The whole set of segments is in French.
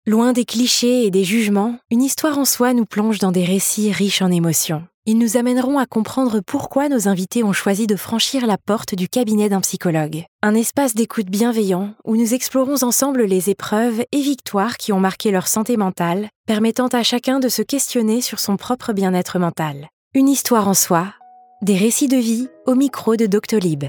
Loin des clichés et des jugements, une histoire en soi nous plonge dans des récits riches en émotions. Ils nous amèneront à comprendre pourquoi nos invités ont choisi de franchir la porte du cabinet d'un psychologue. Un espace d'écoute bienveillant où nous explorons ensemble les épreuves et victoires qui ont marqué leur santé mentale, permettant à chacun de se questionner sur son propre bien-être mental. Une histoire en soi, des récits de vie au micro de Doctolib.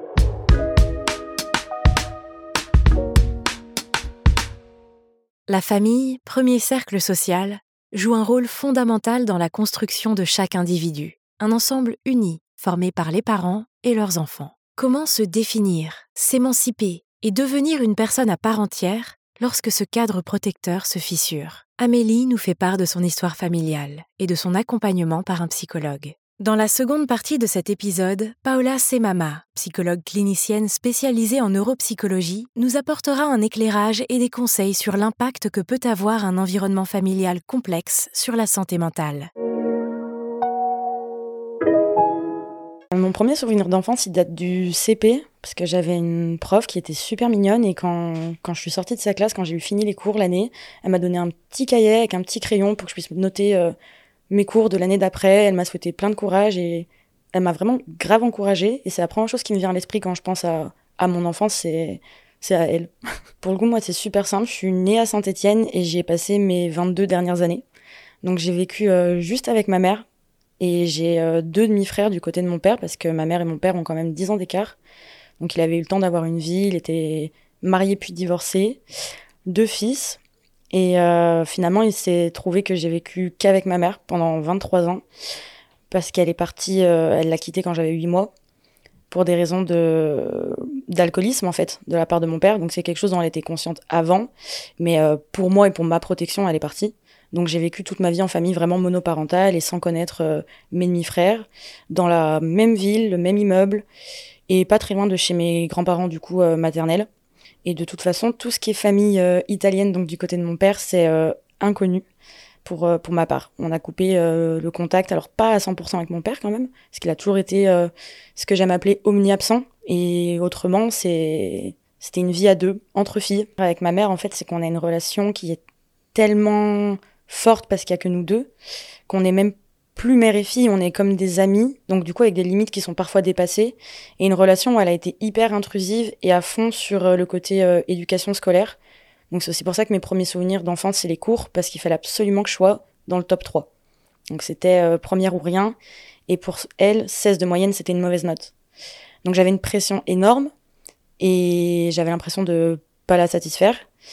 La famille, premier cercle social, joue un rôle fondamental dans la construction de chaque individu, un ensemble uni, formé par les parents et leurs enfants. Comment se définir, s'émanciper et devenir une personne à part entière lorsque ce cadre protecteur se fissure? Amélie nous fait part de son histoire familiale et de son accompagnement par un psychologue. Dans la seconde partie de cet épisode, Paola Semama, psychologue clinicienne spécialisée en neuropsychologie, nous apportera un éclairage et des conseils sur l'impact que peut avoir un environnement familial complexe sur la santé mentale. Mon premier souvenir d'enfance, il date du CP, parce que j'avais une prof qui était super mignonne et quand je suis sortie de sa classe, quand j'ai eu fini les cours l'année, elle m'a donné un petit cahier avec un petit crayon pour que je puisse noter mes cours de l'année d'après. Elle m'a souhaité plein de courage et elle m'a vraiment grave encouragée. Et c'est la première chose qui me vient à l'esprit quand je pense à mon enfance, c'est à elle. Pour le coup, moi, c'est super simple. Je suis née à Saint-Étienne et j'y ai passé mes 22 dernières années. Donc j'ai vécu juste avec ma mère. Et j'ai 2 demi-frères du côté de mon père, parce que ma mère et mon père ont quand même 10 ans d'écart. Donc il avait eu le temps d'avoir une vie, il était marié puis divorcé, 2 fils. Et finalement, il s'est trouvé que j'ai vécu qu'avec ma mère pendant 23 ans, parce qu'elle est partie, elle l'a quittée quand j'avais 8 mois, pour des raisons d'alcoolisme, en fait, de la part de mon père. Donc c'est quelque chose dont elle était consciente avant, mais pour moi et pour ma protection, elle est partie. Donc j'ai vécu toute ma vie en famille vraiment monoparentale et sans connaître mes demi-frères, dans la même ville, le même immeuble, et pas très loin de chez mes grands-parents, du coup, maternels. Et de toute façon, tout ce qui est famille italienne, donc du côté de mon père, c'est inconnu pour ma part. On a coupé le contact, alors pas à 100% avec mon père quand même, parce qu'il a toujours été ce que j'aime appeler omni-absent. Et autrement, c'était une vie à deux, entre filles. Avec ma mère, en fait, c'est qu'on a une relation qui est tellement forte parce qu'il y a que nous deux, qu'on est même plus mère et fille, on est comme des amis, donc du coup avec des limites qui sont parfois dépassées, et une relation où elle a été hyper intrusive et à fond sur le côté éducation scolaire. Donc c'est aussi pour ça que mes premiers souvenirs d'enfance, c'est les cours, parce qu'il fallait absolument que je sois dans le top 3. Donc c'était première ou rien, et pour elle, 16 de moyenne, c'était une mauvaise note. Donc j'avais une pression énorme, et j'avais l'impression de pas la satisfaire.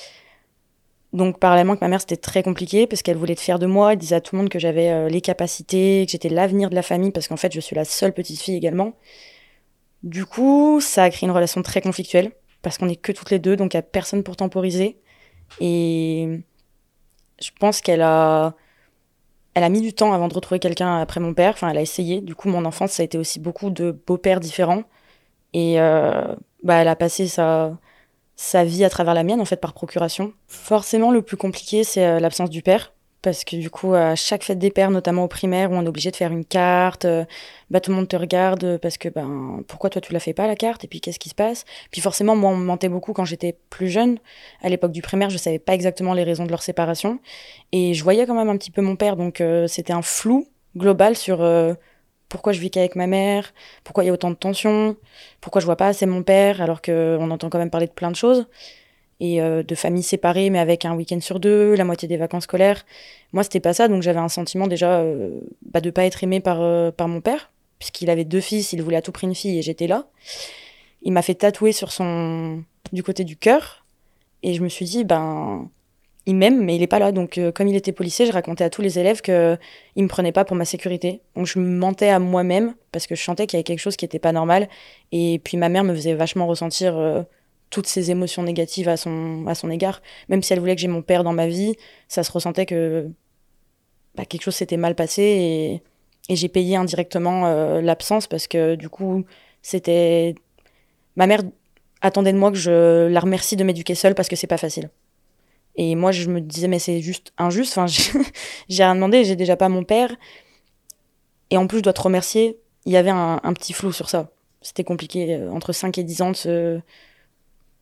Donc parallèlement avec ma mère, c'était très compliqué parce qu'elle voulait être fière de moi, elle disait à tout le monde que j'avais les capacités, que j'étais l'avenir de la famille, parce qu'en fait je suis la seule petite fille également. Du coup, ça a créé une relation très conflictuelle parce qu'on est que toutes les deux, donc il n'y a personne pour temporiser. Et je pense qu'elle a mis du temps avant de retrouver quelqu'un après mon père, enfin elle a essayé. Du coup, mon enfance, ça a été aussi beaucoup de beaux-pères différents. Et elle a passé sa vie à travers la mienne, en fait, par procuration. Forcément, le plus compliqué, c'est l'absence du père. Parce que du coup, à chaque fête des pères, notamment au primaire, où on est obligé de faire une carte, tout le monde te regarde parce que, pourquoi toi tu la fais pas la carte? Et puis qu'est-ce qui se passe? Puis forcément, moi, on me mentait beaucoup quand j'étais plus jeune. À l'époque du primaire, je savais pas exactement les raisons de leur séparation. Et je voyais quand même un petit peu mon père, donc c'était un flou global sur pourquoi je vis qu'avec ma mère, pourquoi il y a autant de tensions, pourquoi je vois pas assez mon père, alors qu'on entend quand même parler de plein de choses. Et de familles séparées, mais avec un week-end sur 2, la moitié des vacances scolaires. Moi, c'était pas ça, donc j'avais un sentiment déjà de pas être aimée par mon père, puisqu'il avait 2 fils, il voulait à tout prix une fille, et j'étais là. Il m'a fait tatouer du côté du cœur, et je me suis dit, il m'aime, mais il est pas là. Donc, comme il était policier, je racontais à tous les élèves qu'il me prenait pas pour ma sécurité. Donc, je me mentais à moi-même, parce que je sentais qu'il y avait quelque chose qui était pas normal. Et puis, ma mère me faisait vachement ressentir toutes ces émotions négatives à son égard. Même si elle voulait que j'ai mon père dans ma vie, ça se ressentait que quelque chose s'était mal passé, et j'ai payé indirectement l'absence, parce que du coup, c'était... Ma mère attendait de moi que je la remercie de m'éduquer seule, parce que c'est pas facile. Et moi, je me disais, mais c'est juste injuste. Enfin, j'ai rien demandé, j'ai déjà pas mon père. Et en plus, je dois te remercier. Il y avait un petit flou sur ça. C'était compliqué, entre 5 et 10 ans,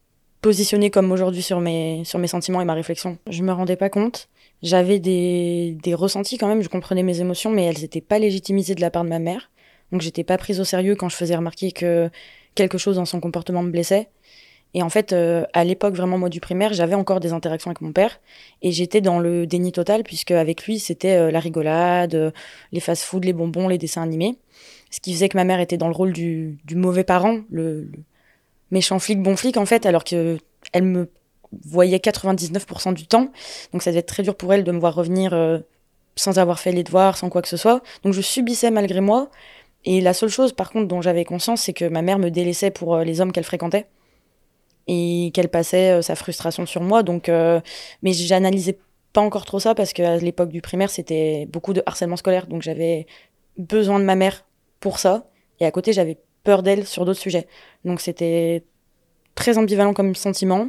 positionnée comme aujourd'hui sur mes sentiments et ma réflexion. Je me rendais pas compte. J'avais des ressentis quand même, je comprenais mes émotions, mais elles étaient pas légitimisées de la part de ma mère. Donc j'étais pas prise au sérieux quand je faisais remarquer que quelque chose dans son comportement me blessait. Et en fait, à l'époque vraiment moi du primaire, j'avais encore des interactions avec mon père et j'étais dans le déni total puisque avec lui c'était la rigolade, les fast-food, les bonbons, les dessins animés. Ce qui faisait que ma mère était dans le rôle du mauvais parent, le méchant flic, bon flic en fait, alors que elle me voyait 99% du temps. Donc ça devait être très dur pour elle de me voir revenir sans avoir fait les devoirs, sans quoi que ce soit. Donc je subissais malgré moi. Et la seule chose par contre dont j'avais conscience, c'est que ma mère me délaissait pour les hommes qu'elle fréquentait et qu'elle passait sa frustration sur moi. Donc, mais j'analysais pas encore trop ça parce qu'à l'époque du primaire, c'était beaucoup de harcèlement scolaire. Donc j'avais besoin de ma mère pour ça. Et à côté, j'avais peur d'elle sur d'autres sujets. Donc c'était très ambivalent comme sentiment.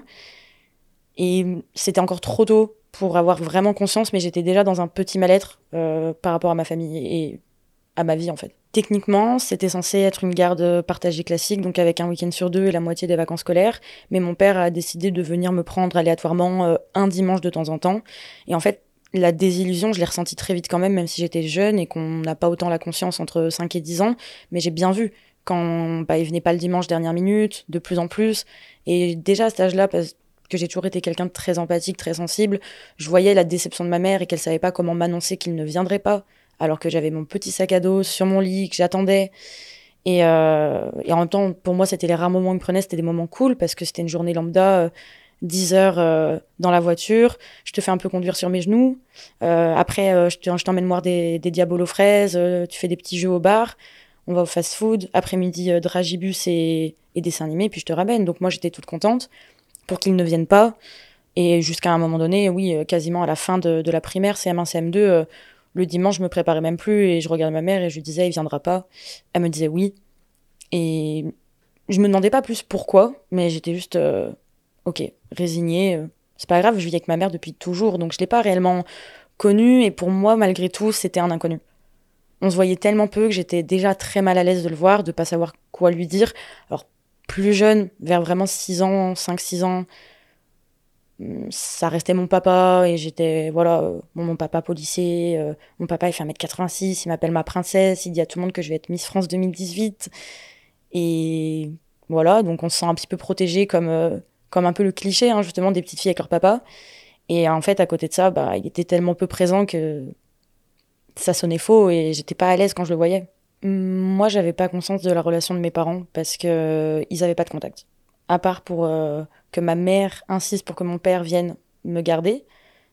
Et c'était encore trop tôt pour avoir vraiment conscience, mais j'étais déjà dans un petit mal-être par rapport à ma famille et à ma vie en fait. Techniquement, c'était censé être une garde partagée classique, donc avec un week-end sur 2 et la moitié des vacances scolaires. Mais mon père a décidé de venir me prendre aléatoirement un dimanche de temps en temps. Et en fait, la désillusion, je l'ai ressentie très vite quand même si j'étais jeune et qu'on n'a pas autant la conscience entre 5 et 10 ans. Mais j'ai bien vu quand il venait pas le dimanche dernière minute, de plus en plus. Et déjà à cet âge-là, parce que j'ai toujours été quelqu'un de très empathique, très sensible, je voyais la déception de ma mère et qu'elle savait pas comment m'annoncer qu'il ne viendrait pas, alors que j'avais mon petit sac à dos sur mon lit, que j'attendais. Et en même temps, pour moi, c'était les rares moments où il me prenait, c'était des moments cool, parce que c'était une journée lambda, 10 heures dans la voiture, je te fais un peu conduire sur mes genoux, après je t'emmène voir des diabolos aux fraises, tu fais des petits jeux au bar, on va au fast-food, après-midi dragibus et dessins animés, puis je te ramène. Donc moi, j'étais toute contente pour qu'ils ne viennent pas. Et jusqu'à un moment donné, oui, quasiment à la fin de la primaire, CM1, CM2, le dimanche, je me préparais même plus et je regardais ma mère et je lui disais, il viendra pas. Elle me disait oui. Et je me demandais pas plus pourquoi, mais j'étais juste, ok, résignée. C'est pas grave, je vis avec ma mère depuis toujours, donc je l'ai pas réellement connu. Et pour moi, malgré tout, c'était un inconnu. On se voyait tellement peu que j'étais déjà très mal à l'aise de le voir, de pas savoir quoi lui dire. Alors, plus jeune, vers vraiment 6 ans, 5-6 ans, ça restait mon papa et j'étais, voilà, mon papa policier, mon papa il fait 1m86, il m'appelle ma princesse, il dit à tout le monde que je vais être Miss France 2018. Et voilà, donc on se sent un petit peu protégé comme un peu le cliché, hein, justement, des petites filles avec leur papa. Et en fait, à côté de ça, il était tellement peu présent que ça sonnait faux et j'étais pas à l'aise quand je le voyais. Moi, j'avais pas conscience de la relation de mes parents parce que ils avaient pas de contact. À part pour que ma mère insiste pour que mon père vienne me garder,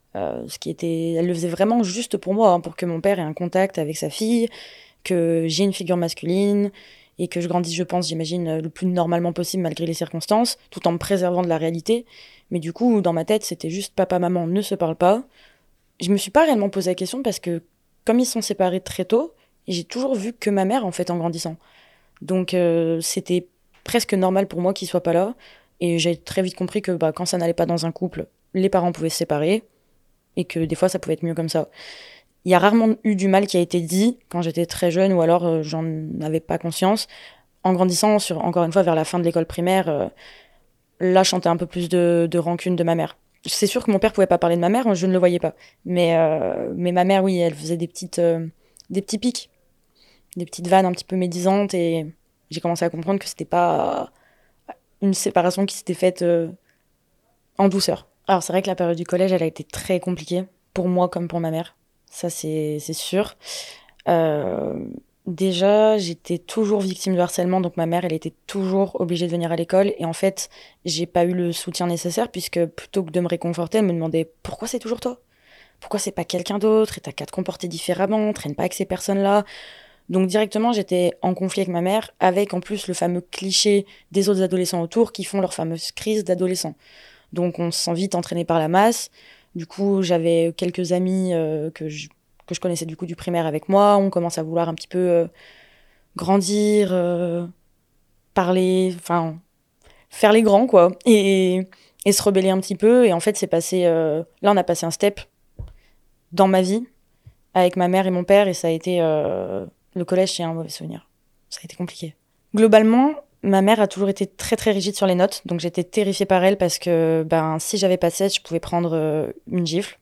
elle le faisait vraiment juste pour moi, hein, pour que mon père ait un contact avec sa fille, que j'ai une figure masculine et que je grandisse, je pense, j'imagine, le plus normalement possible malgré les circonstances, tout en me préservant de la réalité. Mais du coup, dans ma tête, c'était juste papa, maman ne se parlent pas. Je me suis pas réellement posé la question parce que comme ils sont séparés très tôt, j'ai toujours vu que ma mère en fait en grandissant. Donc c'était presque normal pour moi qu'il soit pas là. Et j'ai très vite compris que quand ça n'allait pas dans un couple, les parents pouvaient se séparer et que des fois ça pouvait être mieux comme ça. Il y a rarement eu du mal qui a été dit quand j'étais très jeune ou alors j'en avais pas conscience. En grandissant, encore une fois, vers la fin de l'école primaire, là, je sentais un peu plus de rancune de ma mère. C'est sûr que mon père pouvait pas parler de ma mère, je ne le voyais pas. Mais ma mère, oui, elle faisait des petits pics, des petites vannes un petit peu médisantes et j'ai commencé à comprendre que c'était pas une séparation qui s'était faite en douceur. Alors c'est vrai que la période du collège, elle a été très compliquée, pour moi comme pour ma mère. Ça, c'est sûr. Euh, Déjà, j'étais toujours victime de harcèlement, donc ma mère, elle était toujours obligée de venir à l'école. Et en fait, j'ai pas eu le soutien nécessaire, puisque plutôt que de me réconforter, elle me demandait pourquoi c'est toujours toi? Pourquoi c'est pas quelqu'un d'autre? Et t'as qu'à te comporter différemment, traîne pas avec ces personnes-là. Donc directement, j'étais en conflit avec ma mère, avec en plus le fameux cliché des autres adolescents autour qui font leur fameuse crise d'adolescent. Donc on se sent vite entraîné par la masse. Du coup, j'avais quelques amis que je connaissais du coup du primaire avec moi. On commence à vouloir un petit peu grandir, parler, enfin faire les grands quoi, et se rebeller un petit peu. Et en fait, c'est passé. Là, on a passé un step dans ma vie avec ma mère et mon père, et ça a été le collège, c'est un mauvais souvenir. Ça a été compliqué. Globalement, Ma mère a toujours été très très rigide sur les notes, donc j'étais terrifiée par elle parce que si j'avais pas 16, je pouvais prendre une gifle.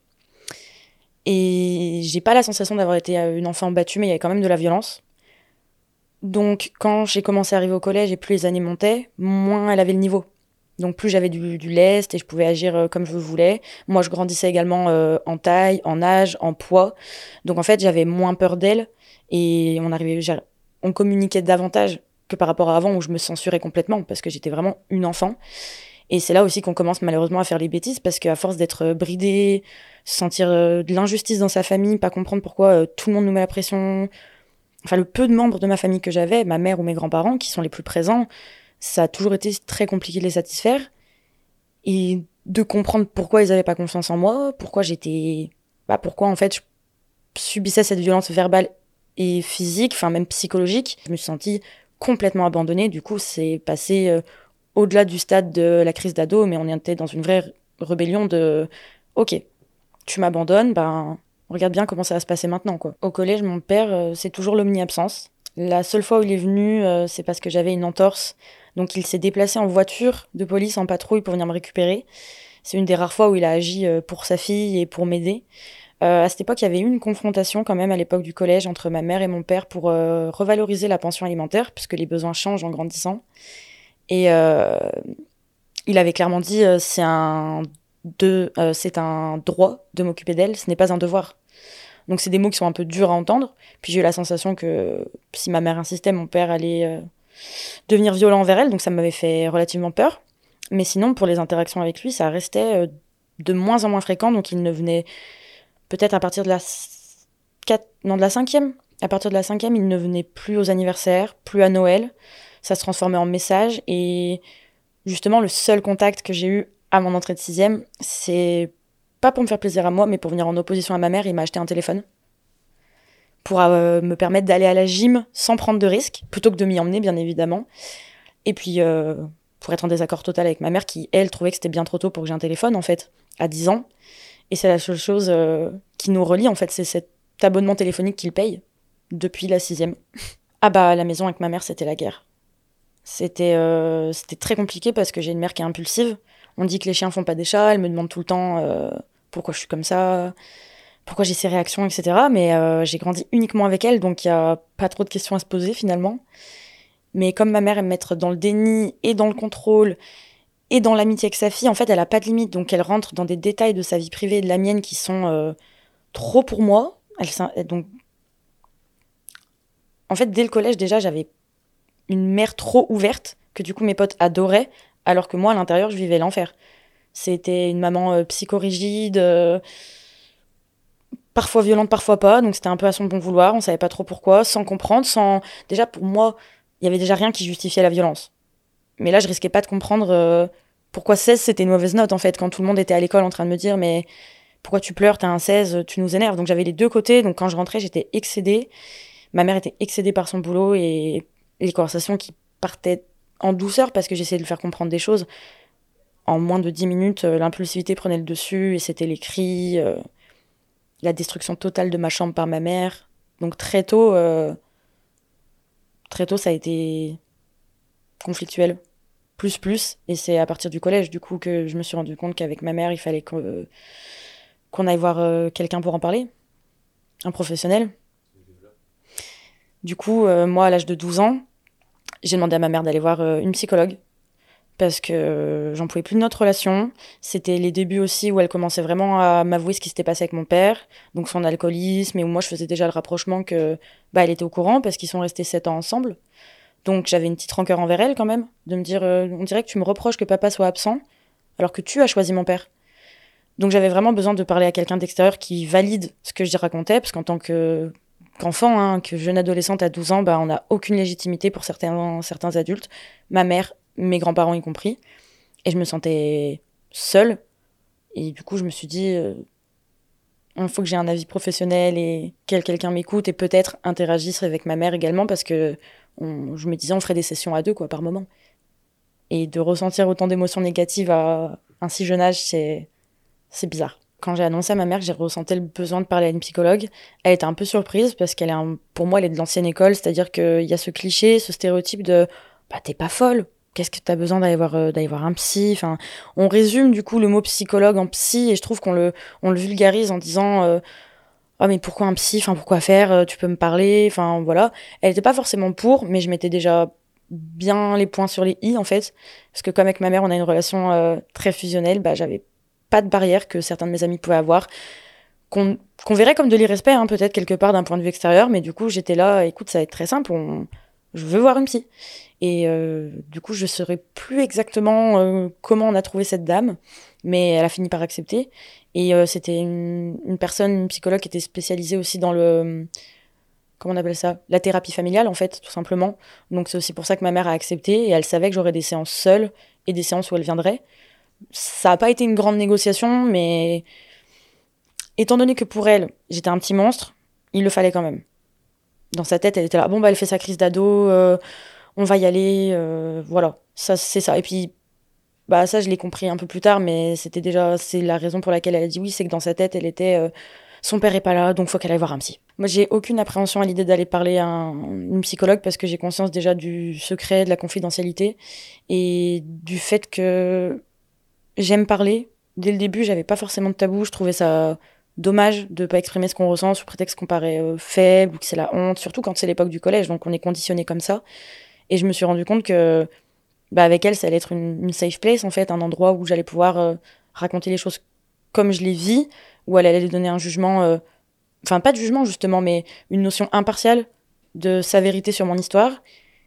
Et j'ai pas la sensation d'avoir été une enfant battue, mais il y avait quand même de la violence. Donc quand j'ai commencé à arriver au collège et plus les années montaient, moins elle avait le niveau. Donc plus j'avais du lest et je pouvais agir comme je voulais. Moi je grandissais également en taille, en âge, en poids. Donc en fait j'avais moins peur d'elle et on communiquait davantage que par rapport à avant où je me censurais complètement parce que j'étais vraiment une enfant. Et c'est là aussi qu'on commence malheureusement à faire les bêtises parce qu'à force d'être bridé, sentir de l'injustice dans sa famille, pas comprendre pourquoi tout le monde nous met la pression. Enfin, le peu de membres de ma famille que j'avais, ma mère ou mes grands-parents, qui sont les plus présents, ça a toujours été très compliqué de les satisfaire. Et de comprendre pourquoi ils n'avaient pas confiance en moi, pourquoi en fait je subissais cette violence verbale et physique, enfin même psychologique. Je me suis sentie complètement abandonnée. Du coup, c'est passé au-delà du stade de la crise d'ado, mais on était dans une vraie rébellion de ok, tu m'abandonnes, regarde bien comment ça va se passer maintenant, quoi. Au collège, mon père, c'est toujours l'omni-absence. La seule fois où il est venu, c'est parce que j'avais une entorse. Donc il s'est déplacé en voiture de police, en patrouille, pour venir me récupérer. C'est une des rares fois où il a agi pour sa fille et pour m'aider. À cette époque, il y avait eu une confrontation quand même à l'époque du collège entre ma mère et mon père pour revaloriser la pension alimentaire, puisque les besoins changent en grandissant. Et il avait clairement dit c'est un droit de m'occuper d'elle, ce n'est pas un devoir. Donc c'est des mots qui sont un peu durs à entendre. Puis j'ai eu la sensation que si ma mère insistait, mon père allait devenir violent envers elle, donc ça m'avait fait relativement peur. Mais sinon, pour les interactions avec lui, ça restait de moins en moins fréquent, donc il ne venait peut-être à partir de de la cinquième. À partir de la cinquième, il ne venait plus aux anniversaires, plus à Noël. Ça se transformait en message. Et justement, le seul contact que j'ai eu à mon entrée de sixième, c'est pas pour me faire plaisir à moi, mais pour venir en opposition à ma mère, il m'a acheté un téléphone pour me permettre d'aller à la gym sans prendre de risques, plutôt que de m'y emmener, bien évidemment. Et puis, pour être en désaccord total avec ma mère, qui, elle, trouvait que c'était bien trop tôt pour que j'ai un téléphone, en fait, à 10 ans. Et c'est la seule chose qui nous relie, en fait, c'est cet abonnement téléphonique qu'il paye depuis la sixième. Ah bah, à la maison avec ma mère, c'était la guerre. C'était très compliqué parce que j'ai une mère qui est impulsive. On dit que les chiens font pas des chats, elle me demande tout le temps pourquoi je suis comme ça, pourquoi j'ai ces réactions, etc. Mais j'ai grandi uniquement avec elle, donc il n'y a pas trop de questions à se poser finalement. Mais comme ma mère aime mettre dans le déni et dans le contrôle et dans l'amitié avec sa fille, en fait, elle a pas de limite, donc elle rentre dans des détails de sa vie privée et de la mienne qui sont trop pour moi. Donc, en fait, dès le collège, déjà, j'avais une mère trop ouverte, que du coup mes potes adoraient, alors que moi, à l'intérieur, je vivais l'enfer. C'était une maman psychorigide, parfois violente, parfois pas, donc c'était un peu à son bon vouloir, on savait pas trop pourquoi, sans comprendre, sans... Déjà, pour moi, il y avait déjà rien qui justifiait la violence. Mais là, je risquais pas de comprendre pourquoi 16, c'était une mauvaise note, en fait, quand tout le monde était à l'école en train de me dire « Mais pourquoi tu pleures, t'as un 16, tu nous énerves ?» Donc j'avais les deux côtés, donc quand je rentrais, j'étais excédée. Ma mère était excédée par son boulot et les conversations qui partaient en douceur parce que j'essayais de lui faire comprendre des choses. En moins de 10 minutes, l'impulsivité prenait le dessus et c'était les cris, la destruction totale de ma chambre par ma mère. Donc très tôt, ça a été conflictuel. Plus. Et c'est à partir du collège, du coup, que je me suis rendu compte qu'avec ma mère, il fallait qu'on aille voir quelqu'un pour en parler. Un professionnel. Du coup, moi, à l'âge de 12 ans, j'ai demandé à ma mère d'aller voir une psychologue parce que j'en pouvais plus de notre relation. C'était les débuts aussi où elle commençait vraiment à m'avouer ce qui s'était passé avec mon père, donc son alcoolisme, et où moi je faisais déjà le rapprochement que elle était au courant parce qu'ils sont restés 7 ans ensemble. Donc j'avais une petite rancœur envers elle quand même, de me dire on dirait que tu me reproches que papa soit absent alors que tu as choisi mon père. Donc j'avais vraiment besoin de parler à quelqu'un d'extérieur qui valide ce que je racontais, parce qu'en tant qu'enfant, que jeune adolescente à 12 ans, on n'a aucune légitimité pour certains adultes, ma mère, mes grands-parents y compris. Et je me sentais seule. Et du coup, je me suis dit, il faut que j'ai un avis professionnel et que quelqu'un m'écoute et peut-être interagisse avec ma mère également, parce que je me disais, on ferait des sessions à deux, quoi, par moment. Et de ressentir autant d'émotions négatives à un si jeune âge, c'est bizarre. Quand j'ai annoncé à ma mère que j'ai ressenti le besoin de parler à une psychologue, elle était un peu surprise parce pour moi, elle est de l'ancienne école, c'est-à-dire qu'il y a ce cliché, ce stéréotype de bah t'es pas folle. Qu'est-ce que t'as besoin d'aller voir un psy? Enfin, on résume du coup le mot psychologue en psy et je trouve on le vulgarise en disant ah mais pourquoi un psy? Enfin pourquoi faire? Tu peux me parler? Enfin voilà. Elle était pas forcément pour, mais je mettais déjà bien les points sur les i en fait, parce que comme avec ma mère on a une relation très fusionnelle, bah j'avais pas de barrière que certains de mes amis pouvaient avoir, qu'on qu'on verrait comme de l'irrespect hein, peut-être quelque part d'un point de vue extérieur, mais du coup j'étais là, écoute ça va être très simple, je veux voir une psy. Et du coup, je ne saurais plus exactement comment on a trouvé cette dame, mais elle a fini par accepter. Et c'était une personne, une psychologue qui était spécialisée aussi dans comment on appelle ça? La thérapie familiale, en fait, tout simplement. Donc c'est aussi pour ça que ma mère a accepté, et elle savait que j'aurais des séances seules et des séances où elle viendrait. Ça n'a pas été une grande négociation, mais étant donné que pour elle, j'étais un petit monstre, il le fallait quand même. Dans sa tête, elle était là, bon, bah, elle fait sa crise d'ado, on va y aller, voilà, ça c'est ça. Et puis, bah ça je l'ai compris un peu plus tard, mais c'est la raison pour laquelle elle a dit oui, c'est que dans sa tête, elle était, son père est pas là, donc faut qu'elle aille voir un psy. Moi, j'ai aucune appréhension à l'idée d'aller parler à une psychologue parce que j'ai conscience déjà du secret, de la confidentialité et du fait que j'aime parler. Dès le début, j'avais pas forcément de tabou, je trouvais ça dommage de pas exprimer ce qu'on ressent sous prétexte qu'on paraît faible ou que c'est la honte, surtout quand c'est l'époque du collège, donc on est conditionné comme ça. Et je me suis rendu compte que bah, avec elle, ça allait être une safe place, en fait, un endroit où j'allais pouvoir raconter les choses comme je les vis, où elle allait donner un jugement, enfin pas de jugement justement, mais une notion impartiale de sa vérité sur mon histoire,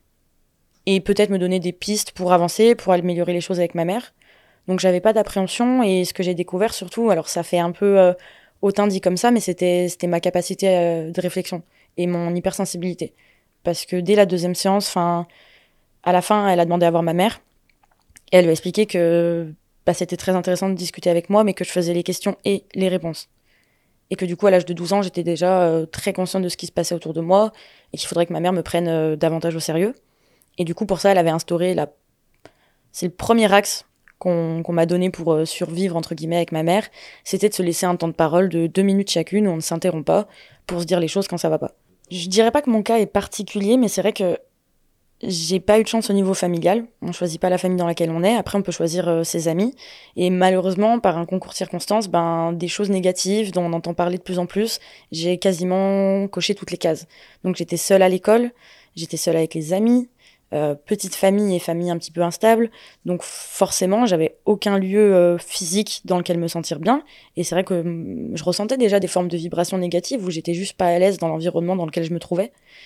et peut-être me donner des pistes pour avancer, pour améliorer les choses avec ma mère. Donc j'avais pas d'appréhension, et ce que j'ai découvert surtout, alors ça fait un peu hautain dit comme ça, mais c'était ma capacité de réflexion et mon hypersensibilité. Parce que dès la deuxième séance, enfin à la fin, elle a demandé à voir ma mère et elle lui a expliqué que bah, c'était très intéressant de discuter avec moi, mais que je faisais les questions et les réponses. Et que du coup, à l'âge de 12 ans, j'étais déjà très consciente de ce qui se passait autour de moi et qu'il faudrait que ma mère me prenne davantage au sérieux. Et du coup, pour ça, elle avait instauré c'est le premier axe qu'on m'a donné pour survivre, entre guillemets, avec ma mère. C'était de se laisser un temps de parole de 2 minutes chacune où on ne s'interrompt pas pour se dire les choses quand ça va pas. Je dirais pas que mon cas est particulier, mais c'est vrai que j'ai pas eu de chance au niveau familial. On choisit pas la famille dans laquelle on est. Après, on peut choisir ses amis. Et malheureusement, par un concours de circonstances, ben, des choses négatives dont on entend parler de plus en plus, j'ai quasiment coché toutes les cases. Donc, j'étais seule à l'école, j'étais seule avec les amis, petite famille et famille un petit peu instable. Donc, forcément, j'avais aucun lieu physique dans lequel me sentir bien. Et c'est vrai que je ressentais déjà des formes de vibrations négatives où j'étais juste pas à l'aise dans l'environnement dans lequel je me trouvais.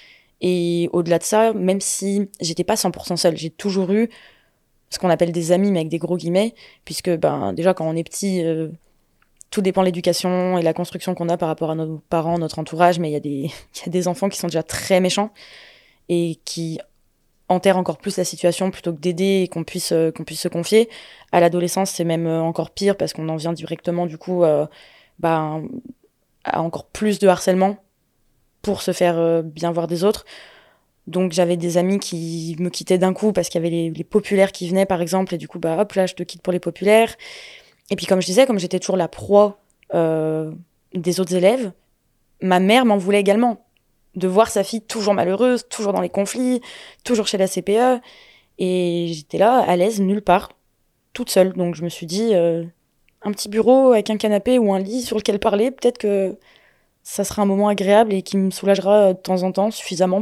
Et au-delà de ça, même si j'étais pas 100% seule, j'ai toujours eu ce qu'on appelle des amis, mais avec des gros guillemets, puisque ben, déjà quand on est petit, tout dépend de l'éducation et la construction qu'on a par rapport à nos parents, notre entourage, mais il y a des enfants qui sont déjà très méchants et qui enterrent encore plus la situation plutôt que d'aider et qu'on puisse se confier. À l'adolescence, c'est même encore pire parce qu'on en vient directement du coup ben, à encore plus de harcèlement pour se faire bien voir des autres. Donc j'avais des amis qui me quittaient d'un coup parce qu'il y avait les populaires qui venaient par exemple, et du coup bah hop là je te quitte pour les populaires. Et puis comme je disais, comme j'étais toujours la proie des autres élèves, ma mère m'en voulait également de voir sa fille toujours malheureuse, toujours dans les conflits, toujours chez la CPE, et j'étais là à l'aise nulle part, toute seule. Donc je me suis dit un petit bureau avec un canapé ou un lit sur lequel parler, peut-être que ça sera un moment agréable et qui me soulagera de temps en temps suffisamment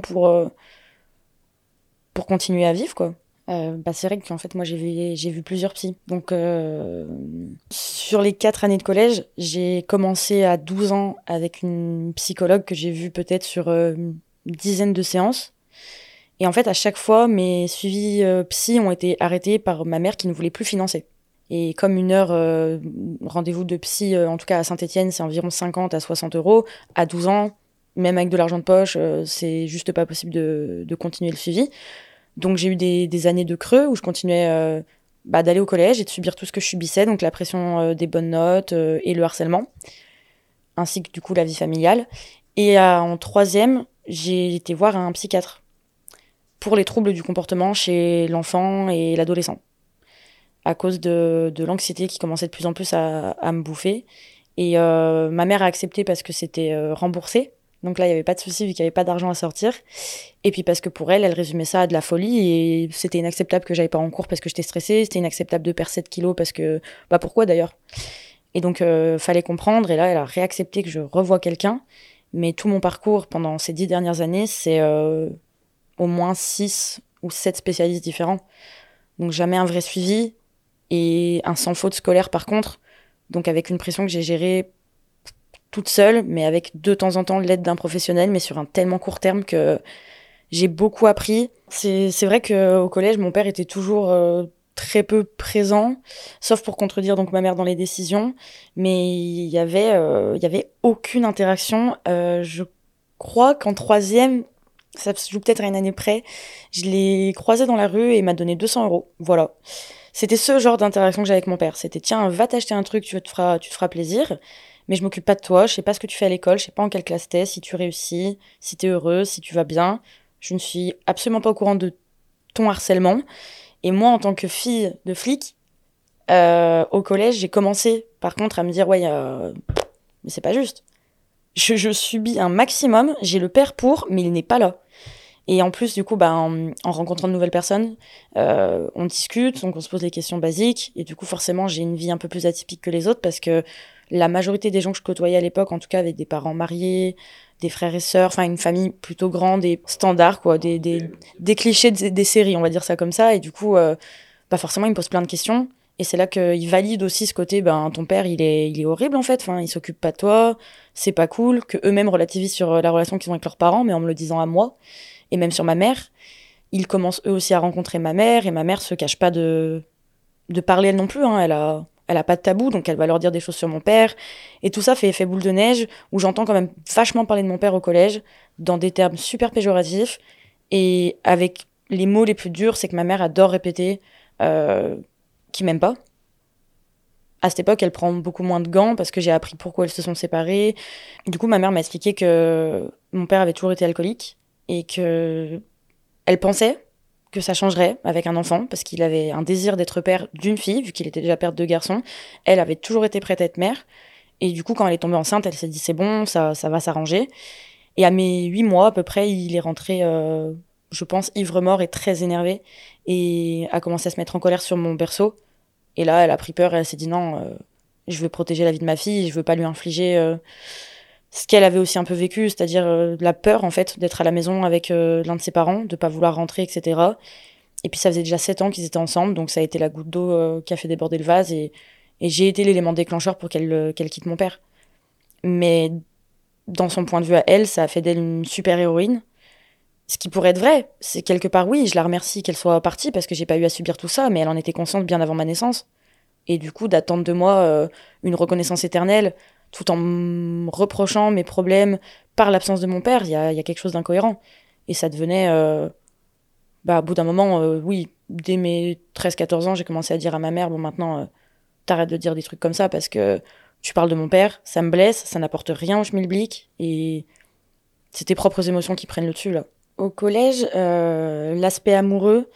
pour continuer à vivre, quoi. Bah, c'est vrai qu'en fait, moi, j'ai vu plusieurs psys. Donc, sur les 4 années de collège, j'ai commencé à 12 ans avec une psychologue que j'ai vue peut-être sur une dizaine de séances. Et en fait, à chaque fois, mes suivis psy ont été arrêtés par ma mère qui ne voulait plus financer. Et comme une heure rendez-vous de psy, en tout cas à Saint-Étienne, c'est environ 50 à 60 euros, à 12 ans, même avec de l'argent de poche, c'est juste pas possible de continuer le suivi. Donc j'ai eu des années de creux où je continuais d'aller au collège et de subir tout ce que je subissais, donc la pression des bonnes notes et le harcèlement, ainsi que du coup la vie familiale. Et en troisième, j'ai été voir un psychiatre pour les troubles du comportement chez l'enfant et l'adolescent, à cause de l'anxiété qui commençait de plus en plus à me bouffer. Et ma mère a accepté parce que c'était remboursé. Donc là, il n'y avait pas de souci vu qu'il n'y avait pas d'argent à sortir. Et puis parce que pour elle, elle résumait ça à de la folie. Et c'était inacceptable que j'aille pas en cours parce que j'étais stressée. C'était inacceptable de perdre 7 kilos parce que... Bah pourquoi d'ailleurs? Et donc, fallait comprendre. Et là, elle a réaccepté que je revoie quelqu'un. Mais tout mon parcours pendant ces 10 dernières années, c'est au moins 6 ou 7 spécialistes différents. Donc jamais un vrai suivi. Et un sans faute scolaire par contre. Donc avec une pression que j'ai gérée toute seule, mais avec de temps en temps l'aide d'un professionnel, mais sur un tellement court terme que j'ai beaucoup appris. C'est vrai qu'au collège, mon père était toujours très peu présent, sauf pour contredire donc ma mère dans les décisions, mais il y avait aucune interaction. Je crois qu'en troisième, ça se joue peut-être à une année près, je l'ai croisé dans la rue et il m'a donné 200 €. Voilà. C'était ce genre d'interaction que j'avais avec mon père. C'était tiens, va t'acheter un truc, tu te feras plaisir, mais je m'occupe pas de toi, je sais pas ce que tu fais à l'école, je sais pas en quelle classe t'es, si tu réussis, si t'es heureuse, si tu vas bien. Je ne suis absolument pas au courant de ton harcèlement. Et moi, en tant que fille de flic, au collège, j'ai commencé par contre à me dire ouais, mais c'est pas juste. Je subis un maximum, j'ai le père pour, mais il n'est pas là. Et en plus, du coup, bah, en rencontrant de nouvelles personnes, on discute, donc on se pose les questions basiques. Et du coup, forcément, j'ai une vie un peu plus atypique que les autres parce que la majorité des gens que je côtoyais à l'époque, en tout cas, avaient des parents mariés, des frères et sœurs, enfin une famille plutôt grande et standard, quoi, des clichés des séries, on va dire ça comme ça. Et du coup, bah forcément, ils me posent plein de questions. Et c'est là qu'ils valident aussi ce côté, ben ton père, il est horrible en fait. Enfin, il s'occupe pas de toi, c'est pas cool. Que eux-mêmes relativisent sur la relation qu'ils ont avec leurs parents, mais en me le disant à moi et même sur ma mère. Ils commencent eux aussi à rencontrer ma mère et ma mère se cache pas de parler elle non plus. Hein. Elle a pas de tabou, donc elle va leur dire des choses sur mon père. Et tout ça fait effet boule de neige où j'entends quand même vachement parler de mon père au collège dans des termes super péjoratifs et avec les mots les plus durs, c'est que ma mère adore répéter qu'il m'aime pas. À cette époque, elle prend beaucoup moins de gants parce que j'ai appris pourquoi elles se sont séparées. Du coup, ma mère m'a expliqué que mon père avait toujours été alcoolique et que elle pensait que ça changerait avec un enfant parce qu'il avait un désir d'être père d'une fille vu qu'il était déjà père de 2 garçons. Elle avait toujours été prête à être mère et du coup, quand elle est tombée enceinte, elle s'est dit c'est bon, ça va s'arranger. Et à mes 8 mois à peu près, il est rentré, je pense, ivre-mort et très énervé et a commencé à se mettre en colère sur mon berceau. Et là, elle a pris peur et elle s'est dit non, je veux protéger la vie de ma fille, je veux pas lui infliger ce qu'elle avait aussi un peu vécu, c'est-à-dire la peur en fait d'être à la maison avec l'un de ses parents, de pas vouloir rentrer, etc. Et puis ça faisait déjà 7 ans qu'ils étaient ensemble, donc ça a été la goutte d'eau qui a fait déborder le vase et j'ai été l'élément déclencheur pour qu'elle quitte mon père. Mais dans son point de vue à elle, ça a fait d'elle une super héroïne. Ce qui pourrait être vrai, c'est quelque part oui, je la remercie qu'elle soit partie parce que j'ai pas eu à subir tout ça, mais elle en était consciente bien avant ma naissance. Et du coup, d'attendre de moi une reconnaissance éternelle, tout en me reprochant mes problèmes par l'absence de mon père, il y a quelque chose d'incohérent. Et ça devenait, bah, au bout d'un moment, oui, dès mes 13 14 ans, j'ai commencé à dire à ma mère, bon maintenant, t'arrêtes de dire des trucs comme ça parce que tu parles de mon père, ça me blesse, ça n'apporte rien au schmilblick, et c'est tes propres émotions qui prennent le dessus, là. Au collège, l'aspect amoureux,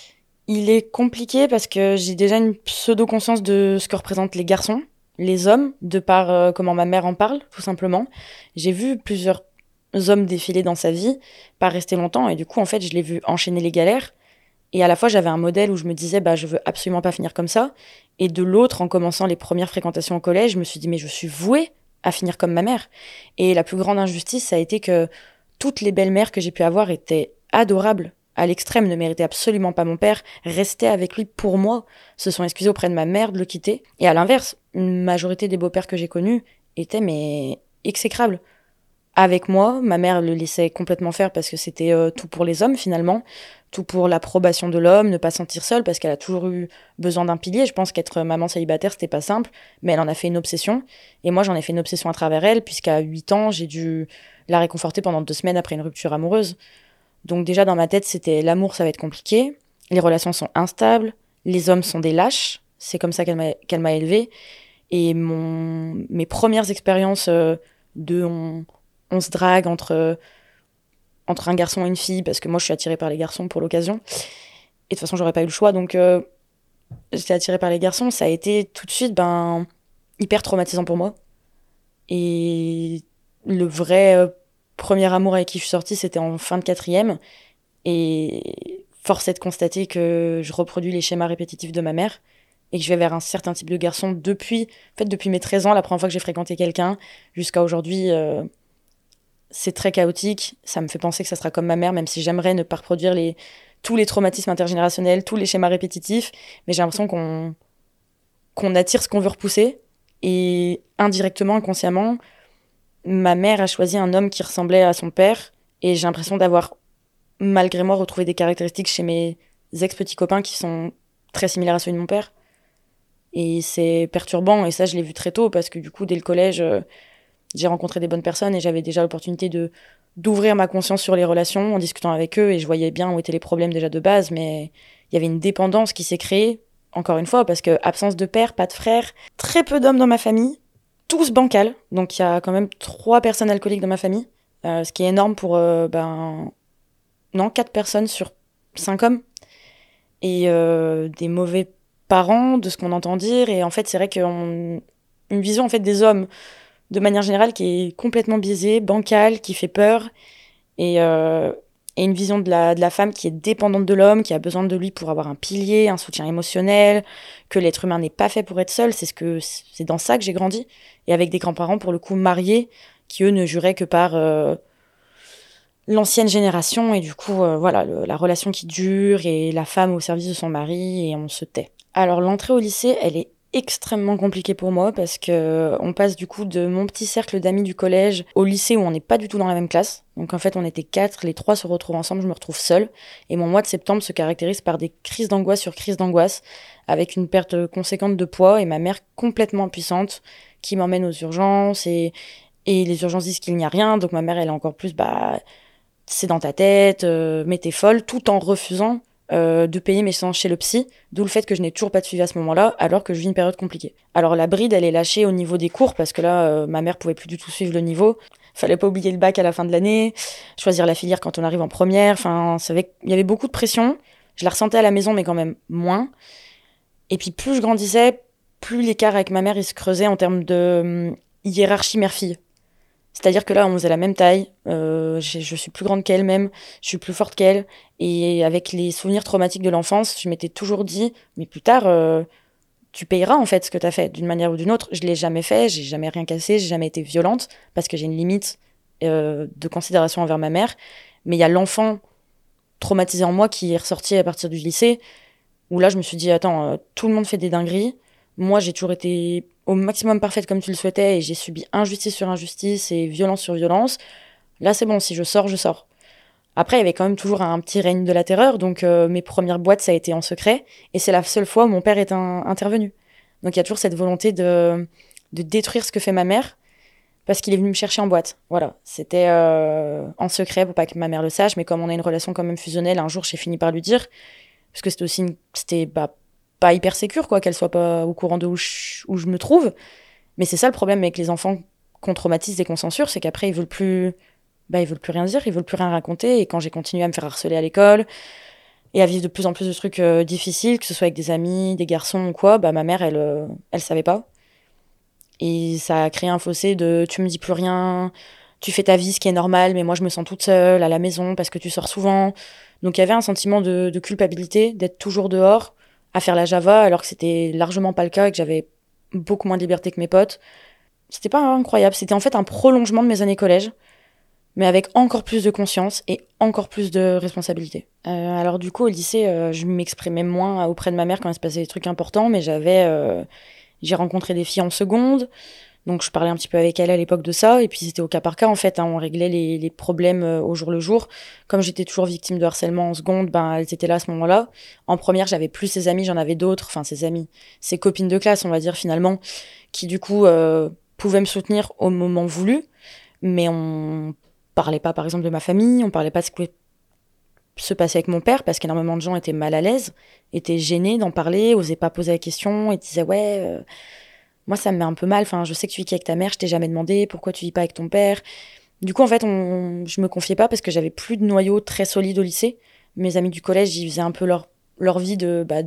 il est compliqué parce que j'ai déjà une pseudo-conscience de ce que représentent les garçons, les hommes, de par comment ma mère en parle, tout simplement. J'ai vu plusieurs hommes défiler dans sa vie, pas rester longtemps, et du coup, en fait, je l'ai vu enchaîner les galères. Et à la fois, j'avais un modèle où je me disais, bah, je veux absolument pas finir comme ça. Et de l'autre, en commençant les premières fréquentations au collège, je me suis dit, mais je suis vouée à finir comme ma mère. Et la plus grande injustice, ça a été que toutes les belles-mères que j'ai pu avoir étaient adorables, à l'extrême, ne méritaient absolument pas mon père, restaient avec lui pour moi, se sont excusés auprès de ma mère de le quitter. Et à l'inverse, une majorité des beaux-pères que j'ai connus étaient mais exécrables. Avec moi, ma mère le laissait complètement faire parce que c'était tout pour les hommes finalement, tout pour l'approbation de l'homme, ne pas se sentir seule parce qu'elle a toujours eu besoin d'un pilier. Je pense qu'être maman célibataire, c'était pas simple, mais elle en a fait une obsession. Et moi, j'en ai fait une obsession à travers elle, puisqu'à 8 ans, j'ai dû la réconforter pendant 2 semaines après une rupture amoureuse. Donc déjà, dans ma tête, c'était l'amour, ça va être compliqué, les relations sont instables, les hommes sont des lâches, c'est comme ça qu'elle m'a élevée. Et mes premières expériences de on se drague entre un garçon et une fille, parce que moi je suis attirée par les garçons pour l'occasion. Et de toute façon, j'aurais pas eu le choix, donc j'étais attirée par les garçons. Ça a été tout de suite hyper traumatisant pour moi. Et le vrai premier amour avec qui je suis sortie, c'était en fin de quatrième. Et force est de constater que je reproduis les schémas répétitifs de ma mère et que je vais vers un certain type de garçon depuis mes 13 ans, la première fois que j'ai fréquenté quelqu'un, jusqu'à aujourd'hui. C'est très chaotique. Ça me fait penser que ça sera comme ma mère, même si j'aimerais ne pas reproduire tous les traumatismes intergénérationnels, tous les schémas répétitifs. Mais j'ai l'impression qu'on attire ce qu'on veut repousser. Et indirectement, inconsciemment, ma mère a choisi un homme qui ressemblait à son père. Et j'ai l'impression d'avoir, malgré moi, retrouvé des caractéristiques chez mes ex-petits copains qui sont très similaires à ceux de mon père. Et c'est perturbant. Et ça, je l'ai vu très tôt parce que du coup, dès le collège, j'ai rencontré des bonnes personnes et j'avais déjà l'opportunité d'ouvrir ma conscience sur les relations en discutant avec eux. Et je voyais bien où étaient les problèmes déjà de base. Mais il y avait une dépendance qui s'est créée, encore une fois, parce que absence de père, pas de frère, très peu d'hommes dans ma famille, tous bancals. Donc il y a quand même 3 personnes alcooliques dans ma famille. Ce qui est énorme pour 4 personnes sur 5 hommes. Et des mauvais parents, de ce qu'on entend dire. Et en fait, c'est vrai une vision en fait des hommes, de manière générale, qui est complètement biaisée, bancale, qui fait peur. Et une vision de la femme qui est dépendante de l'homme, qui a besoin de lui pour avoir un pilier, un soutien émotionnel, que l'être humain n'est pas fait pour être seul. C'est dans ça que j'ai grandi. Et avec des grands-parents, pour le coup, mariés, qui eux ne juraient que par l'ancienne génération. Et du coup, voilà, la relation qui dure et la femme au service de son mari, et on se tait. Alors, l'entrée au lycée, elle est extrêmement compliquée pour moi parce que on passe du coup de mon petit cercle d'amis du collège au lycée où on n'est pas du tout dans la même classe. Donc en fait, on était 4, les 3 se retrouvent ensemble, je me retrouve seule. Et mon mois de septembre se caractérise par des crises d'angoisse sur crises d'angoisse, avec une perte conséquente de poids et ma mère complètement impuissante qui m'emmène aux urgences et les urgences disent qu'il n'y a rien. Donc ma mère, elle est encore plus, c'est dans ta tête, mais t'es folle, tout en refusant de payer mes séances chez le psy, d'où le fait que je n'ai toujours pas de suivi à ce moment-là, alors que je vis une période compliquée. Alors la bride, elle est lâchée au niveau des cours, parce que là, ma mère pouvait plus du tout suivre le niveau. Fallait pas oublier le bac à la fin de l'année, choisir la filière quand on arrive en première, enfin, il y avait beaucoup de pression. Je la ressentais à la maison, mais quand même moins. Et puis plus je grandissais, plus l'écart avec ma mère, il se creusait en termes de hiérarchie mère-fille. C'est-à-dire que là, on faisait la même taille, je suis plus grande qu'elle même, je suis plus forte qu'elle, et avec les souvenirs traumatiques de l'enfance, je m'étais toujours dit, mais plus tard, tu payeras en fait ce que t'as fait, d'une manière ou d'une autre. Je l'ai jamais fait, j'ai jamais rien cassé, j'ai jamais été violente, parce que j'ai une limite de considération envers ma mère, mais il y a l'enfant traumatisé en moi qui est ressorti à partir du lycée, où là, je me suis dit, attends, tout le monde fait des dingueries, moi, j'ai toujours été au maximum parfaite comme tu le souhaitais et j'ai subi injustice sur injustice et violence sur violence. Là, c'est bon, si je sors, je sors. Après, il y avait quand même toujours un petit règne de la terreur, donc mes premières boîtes, ça a été en secret, et c'est la seule fois où mon père est intervenu. Donc il y a toujours cette volonté de détruire ce que fait ma mère, parce qu'il est venu me chercher en boîte. Voilà, c'était en secret pour pas que ma mère le sache, mais comme on a une relation quand même fusionnelle, un jour j'ai fini par lui dire, parce que c'était pas hyper sécure, quoi, qu'elle soit pas au courant de où je me trouve. Mais c'est ça le problème avec les enfants qu'on traumatise et qu'on censure, c'est qu'après ils veulent plus rien dire, ils veulent plus rien raconter. Et quand j'ai continué à me faire harceler à l'école et à vivre de plus en plus de trucs difficiles, que ce soit avec des amis, des garçons ou quoi, ma mère elle savait pas. Et ça a créé un fossé de tu me dis plus rien, tu fais ta vie, ce qui est normal, mais moi je me sens toute seule à la maison parce que tu sors souvent. Donc il y avait un sentiment de culpabilité, d'être toujours dehors, à faire la Java, alors que c'était largement pas le cas et que j'avais beaucoup moins de liberté que mes potes. C'était pas incroyable, c'était en fait un prolongement de mes années collège, mais avec encore plus de conscience et encore plus de responsabilité. Alors du coup, au lycée, je m'exprimais moins auprès de ma mère quand il se passait des trucs importants, mais j'ai rencontré des filles en seconde, donc je parlais un petit peu avec elles à l'époque de ça, et puis c'était au cas par cas en fait, on réglait les problèmes au jour le jour. Comme j'étais toujours victime de harcèlement en seconde, elles étaient là à ce moment-là. En première, j'avais plus ses amis, j'en avais d'autres, enfin ses amis, ses copines de classe, on va dire finalement, qui du coup pouvaient me soutenir au moment voulu, mais on parlait pas par exemple de ma famille, on parlait pas de ce qui se passait avec mon père, parce qu'énormément de gens étaient mal à l'aise, étaient gênés d'en parler, osaient pas poser la question, et disaient ouais... moi, ça me met un peu mal. Enfin, je sais que tu vis avec ta mère, je t'ai jamais demandé pourquoi tu vis pas avec ton père. Du coup, en fait, je me confiais pas parce que j'avais plus de noyau très solide au lycée. Mes amis du collège, ils faisaient un peu leur vie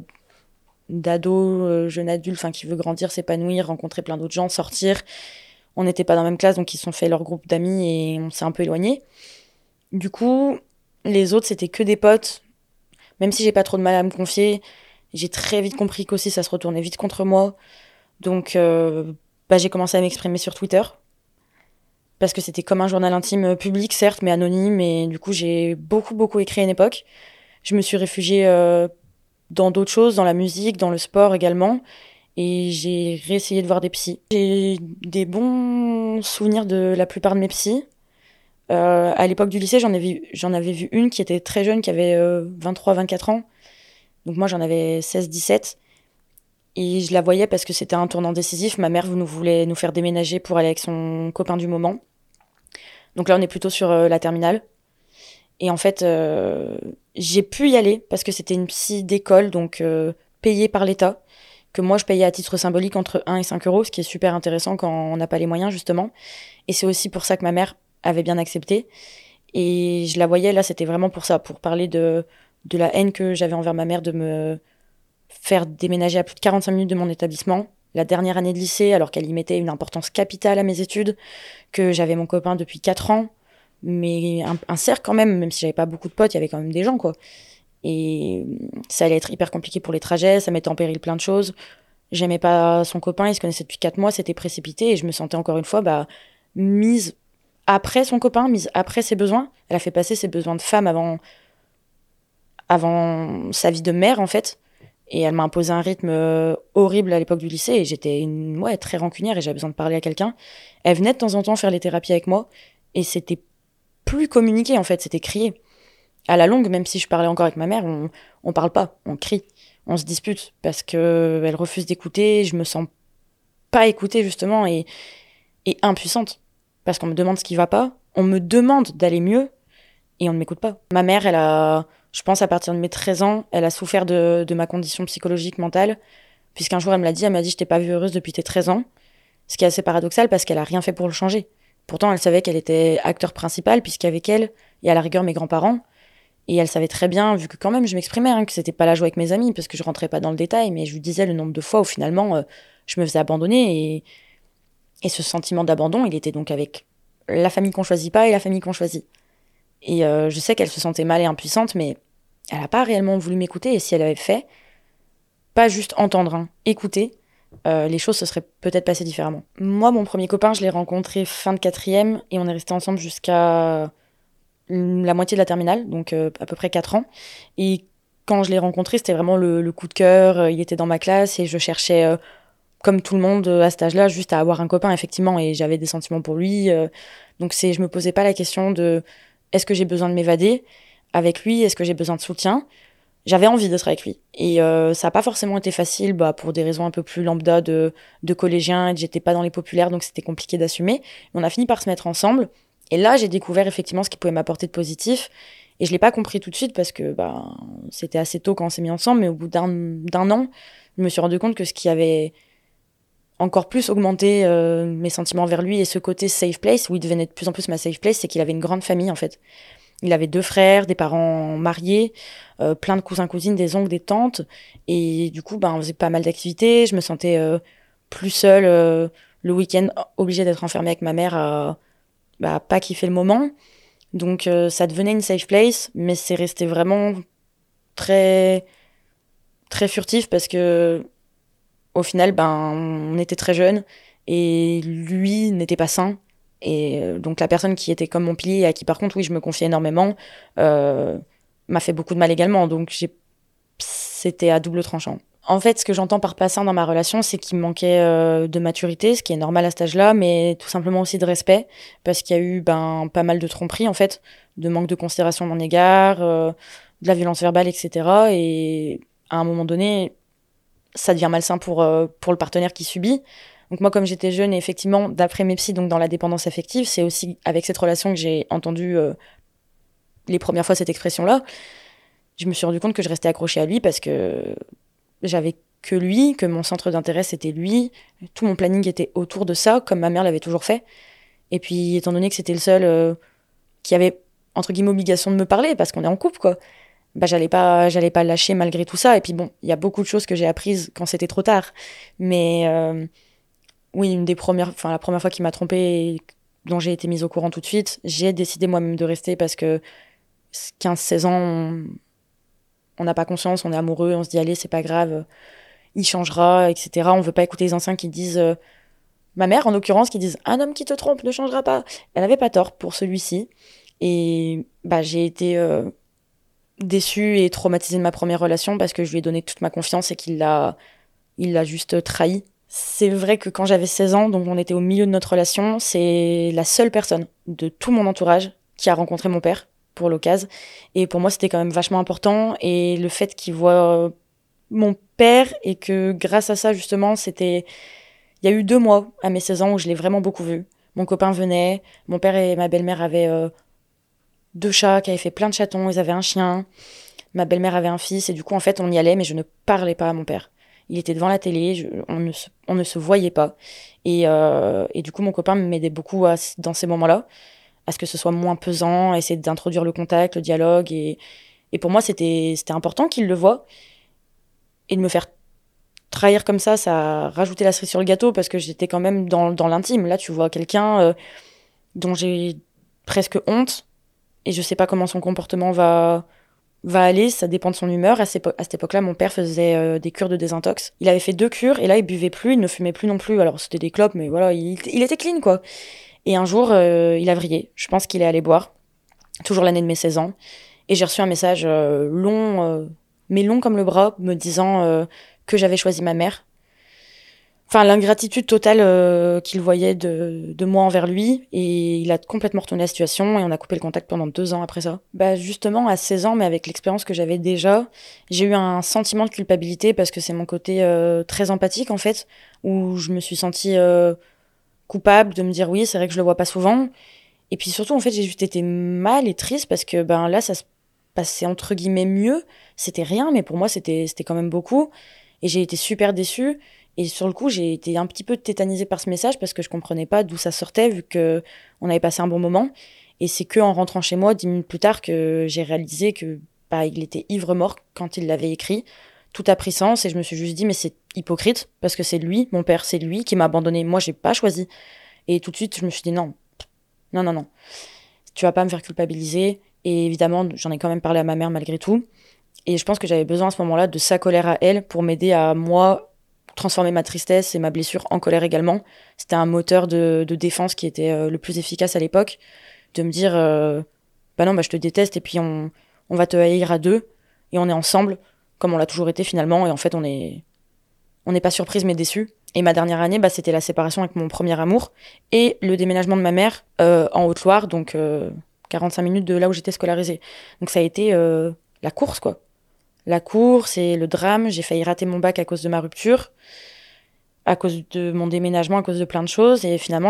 d'ado, jeune adulte, enfin, qui veut grandir, s'épanouir, rencontrer plein d'autres gens, sortir. On n'était pas dans la même classe, donc ils se sont fait leur groupe d'amis et on s'est un peu éloignés. Du coup, les autres, c'était que des potes. Même si j'ai pas trop de mal à me confier, j'ai très vite compris qu'aussi ça se retournait vite contre moi. Donc, j'ai commencé à m'exprimer sur Twitter. Parce que c'était comme un journal intime public, certes, mais anonyme. Et du coup, j'ai beaucoup, beaucoup écrit à une époque. Je me suis réfugiée dans d'autres choses, dans la musique, dans le sport également. Et j'ai réessayé de voir des psys. J'ai des bons souvenirs de la plupart de mes psys. À l'époque du lycée, j'en avais vu une qui était très jeune, qui avait 23-24 ans. Donc moi, j'en avais 16-17. Et je la voyais parce que c'était un tournant décisif. Ma mère voulait nous faire déménager pour aller avec son copain du moment. Donc là, on est plutôt sur la terminale. Et en fait, j'ai pu y aller parce que c'était une psy d'école, donc payée par l'État, que moi je payais à titre symbolique entre 1 et 5 euros, ce qui est super intéressant quand on n'a pas les moyens, justement. Et c'est aussi pour ça que ma mère avait bien accepté. Et je la voyais, là, c'était vraiment pour ça, pour parler de la haine que j'avais envers ma mère de me faire déménager à plus de 45 minutes de mon établissement, la dernière année de lycée, alors qu'elle y mettait une importance capitale à mes études, que j'avais mon copain depuis 4 ans, mais un cercle quand même si j'avais pas beaucoup de potes, il y avait quand même des gens, quoi. Et ça allait être hyper compliqué pour les trajets, ça mettait en péril plein de choses. J'aimais pas son copain, ils se connaissaient depuis 4 mois, c'était précipité, et je me sentais encore une fois mise après son copain, mise après ses besoins. Elle a fait passer ses besoins de femme avant sa vie de mère, en fait. Et elle m'a imposé un rythme horrible à l'époque du lycée, et j'étais très rancunière, et j'avais besoin de parler à quelqu'un. Elle venait de temps en temps faire les thérapies avec moi, et c'était plus communiqué, en fait, c'était crié. À la longue, même si je parlais encore avec ma mère, on parle pas, on crie, on se dispute, parce que elle refuse d'écouter, je me sens pas écoutée, justement, et impuissante. Parce qu'on me demande ce qui va pas, on me demande d'aller mieux, et on ne m'écoute pas. Ma mère, je pense à partir de mes 13 ans, elle a souffert de ma condition psychologique, mentale, puisqu'un jour elle m'a dit, je t'ai pas vue heureuse depuis tes 13 ans, ce qui est assez paradoxal parce qu'elle a rien fait pour le changer. Pourtant, elle savait qu'elle était acteur principal, puisqu'avec elle, et à la rigueur mes grands-parents, et elle savait très bien, vu que quand même je m'exprimais, que c'était pas la joie avec mes amis, parce que je rentrais pas dans le détail, mais je lui disais le nombre de fois où finalement je me faisais abandonner, et ce sentiment d'abandon, il était donc avec la famille qu'on choisit pas et la famille qu'on choisit. Et je sais qu'elle se sentait mal et impuissante, mais elle a pas réellement voulu m'écouter, et si elle avait fait, pas juste entendre, écouter, les choses se seraient peut-être passées différemment. Moi, mon premier copain, je l'ai rencontré fin de quatrième, et on est resté ensemble jusqu'à la moitié de la terminale, donc à peu près 4 ans. Et quand je l'ai rencontré, c'était vraiment le coup de cœur. Il était dans ma classe et je cherchais, comme tout le monde à cet âge-là, juste à avoir un copain, effectivement, et j'avais des sentiments pour lui. Donc je me posais pas la question de est-ce que j'ai besoin de m'évader avec lui, est-ce que j'ai besoin de soutien. J'avais envie d'être avec lui. Et ça n'a pas forcément été facile, pour des raisons un peu plus lambda de collégiens, et j'étais pas dans les populaires, donc c'était compliqué d'assumer. On a fini par se mettre ensemble. Et là, j'ai découvert effectivement ce qui pouvait m'apporter de positif. Et je l'ai pas compris tout de suite parce que c'était assez tôt quand on s'est mis ensemble, mais au bout d'un an, je me suis rendu compte que ce qui avait encore plus augmenté mes sentiments vers lui et ce côté safe place, où il devenait de plus en plus ma safe place, c'est qu'il avait une grande famille, en fait. Il avait 2 frères, des parents mariés, plein de cousins, cousines, des oncles, des tantes. Et du coup, on faisait pas mal d'activités. Je me sentais plus seule le week-end, obligée d'être enfermée avec ma mère à pas kiffer le moment. Donc ça devenait une safe place, mais c'est resté vraiment très, très furtif parce que au final, on était très jeunes et lui n'était pas sain. Et donc la personne qui était comme mon pilier et à qui par contre, oui, je me confiais énormément, m'a fait beaucoup de mal également. Donc c'était à double tranchant. En fait, ce que j'entends par pas sain dans ma relation, c'est qu'il me manquait de maturité, ce qui est normal à cet âge-là, mais tout simplement aussi de respect, parce qu'il y a eu pas mal de tromperies, en fait, de manque de considération à mon égard, de la violence verbale, etc. Et à un moment donné, ça devient malsain pour le partenaire qui subit. Donc moi, comme j'étais jeune, et effectivement, d'après mes psys, donc dans la dépendance affective, c'est aussi avec cette relation que j'ai entendu les premières fois cette expression-là. Je me suis rendu compte que je restais accrochée à lui parce que j'avais que lui, que mon centre d'intérêt c'était lui, tout mon planning était autour de ça, comme ma mère l'avait toujours fait. Et puis, étant donné que c'était le seul qui avait, entre guillemets, obligation de me parler, parce qu'on est en couple, quoi, j'allais pas le lâcher malgré tout ça. Et puis bon, il y a beaucoup de choses que j'ai apprises quand c'était trop tard. Mais Oui, la première fois qu'il m'a trompée et dont j'ai été mise au courant tout de suite, j'ai décidé moi-même de rester parce que 15-16 ans, on n'a pas conscience, on est amoureux, on se dit allez, c'est pas grave, il changera, etc. On veut pas écouter les anciens qui disent, ma mère en l'occurrence, qui disent un homme qui te trompe ne changera pas. Elle avait pas tort pour celui-ci. Et bah, j'ai été déçue et traumatisée de ma première relation parce que je lui ai donné toute ma confiance et il l'a juste trahi. C'est vrai que quand j'avais 16 ans, donc on était au milieu de notre relation, c'est la seule personne de tout mon entourage qui a rencontré mon père pour l'occasion. Et pour moi, c'était quand même vachement important. Et le fait qu'il voit mon père et que grâce à ça, justement, c'était... Il y a eu 2 mois à mes 16 ans où je l'ai vraiment beaucoup vu. Mon copain venait, mon père et ma belle-mère avaient 2 chats qui avaient fait plein de chatons, ils avaient un chien. Ma belle-mère avait un fils et du coup, en fait, on y allait, mais je ne parlais pas à mon père. Il était devant la télé, on ne se voyait pas. Et du coup, mon copain m'aidait beaucoup dans ces moments-là, à ce que ce soit moins pesant, à essayer d'introduire le contact, le dialogue. Et pour moi, c'était important qu'il le voie. Et de me faire trahir comme ça rajoutait la cerise sur le gâteau parce que j'étais quand même dans l'intime. Là, tu vois quelqu'un dont j'ai presque honte et je sais pas comment son comportement va aller, ça dépend de son humeur. À cette époque-là, mon père faisait des cures de désintox. Il avait fait 2 cures et là, il buvait plus, il ne fumait plus non plus. Alors, c'était des clopes, mais voilà, il était clean, quoi. Et un jour, il a vrillé. Je pense qu'il est allé boire, toujours l'année de mes 16 ans. Et j'ai reçu un message long, mais long comme le bras, me disant que j'avais choisi ma mère. Enfin, l'ingratitude totale qu'il voyait de moi envers lui. Et il a complètement retourné la situation et on a coupé le contact pendant 2 ans après ça. Bah, justement, à 16 ans, mais avec l'expérience que j'avais déjà, j'ai eu un sentiment de culpabilité parce que c'est mon côté très empathique, en fait, où je me suis sentie coupable de me dire oui, c'est vrai que je le vois pas souvent. Et puis surtout, en fait, j'ai juste été mal et triste parce que ben là, ça se passait entre guillemets mieux. C'était rien, mais pour moi, c'était quand même beaucoup. Et j'ai été super déçue. Et sur le coup, j'ai été un petit peu tétanisée par ce message parce que je comprenais pas d'où ça sortait vu que on avait passé un bon moment. Et c'est que en rentrant chez moi 10 minutes plus tard que j'ai réalisé que bah il était ivre-mort quand il l'avait écrit. Tout a pris sens et je me suis juste dit mais c'est hypocrite parce que c'est lui, mon père, c'est lui qui m'a abandonné. Moi, j'ai pas choisi. Et tout de suite, je me suis dit non, non, non, non. Tu vas pas me faire culpabiliser. Et évidemment, j'en ai quand même parlé à ma mère malgré tout. Et je pense que j'avais besoin à ce moment-là de sa colère à elle pour m'aider à moi transformer ma tristesse et ma blessure en colère également. C'était un moteur de défense qui était le plus efficace à l'époque. De me dire, bah non, bah je te déteste et puis on va te haïr à 2 et on est ensemble, comme on l'a toujours été finalement. Et en fait, on n'est pas surprise mais déçue. Et ma dernière année, bah, c'était la séparation avec mon premier amour et le déménagement de ma mère en Haute-Loire, donc 45 minutes de là où j'étais scolarisée. Donc ça a été la course, quoi. La course et le drame. J'ai failli rater mon bac à cause de ma rupture, à cause de mon déménagement, à cause de plein de choses. Et finalement,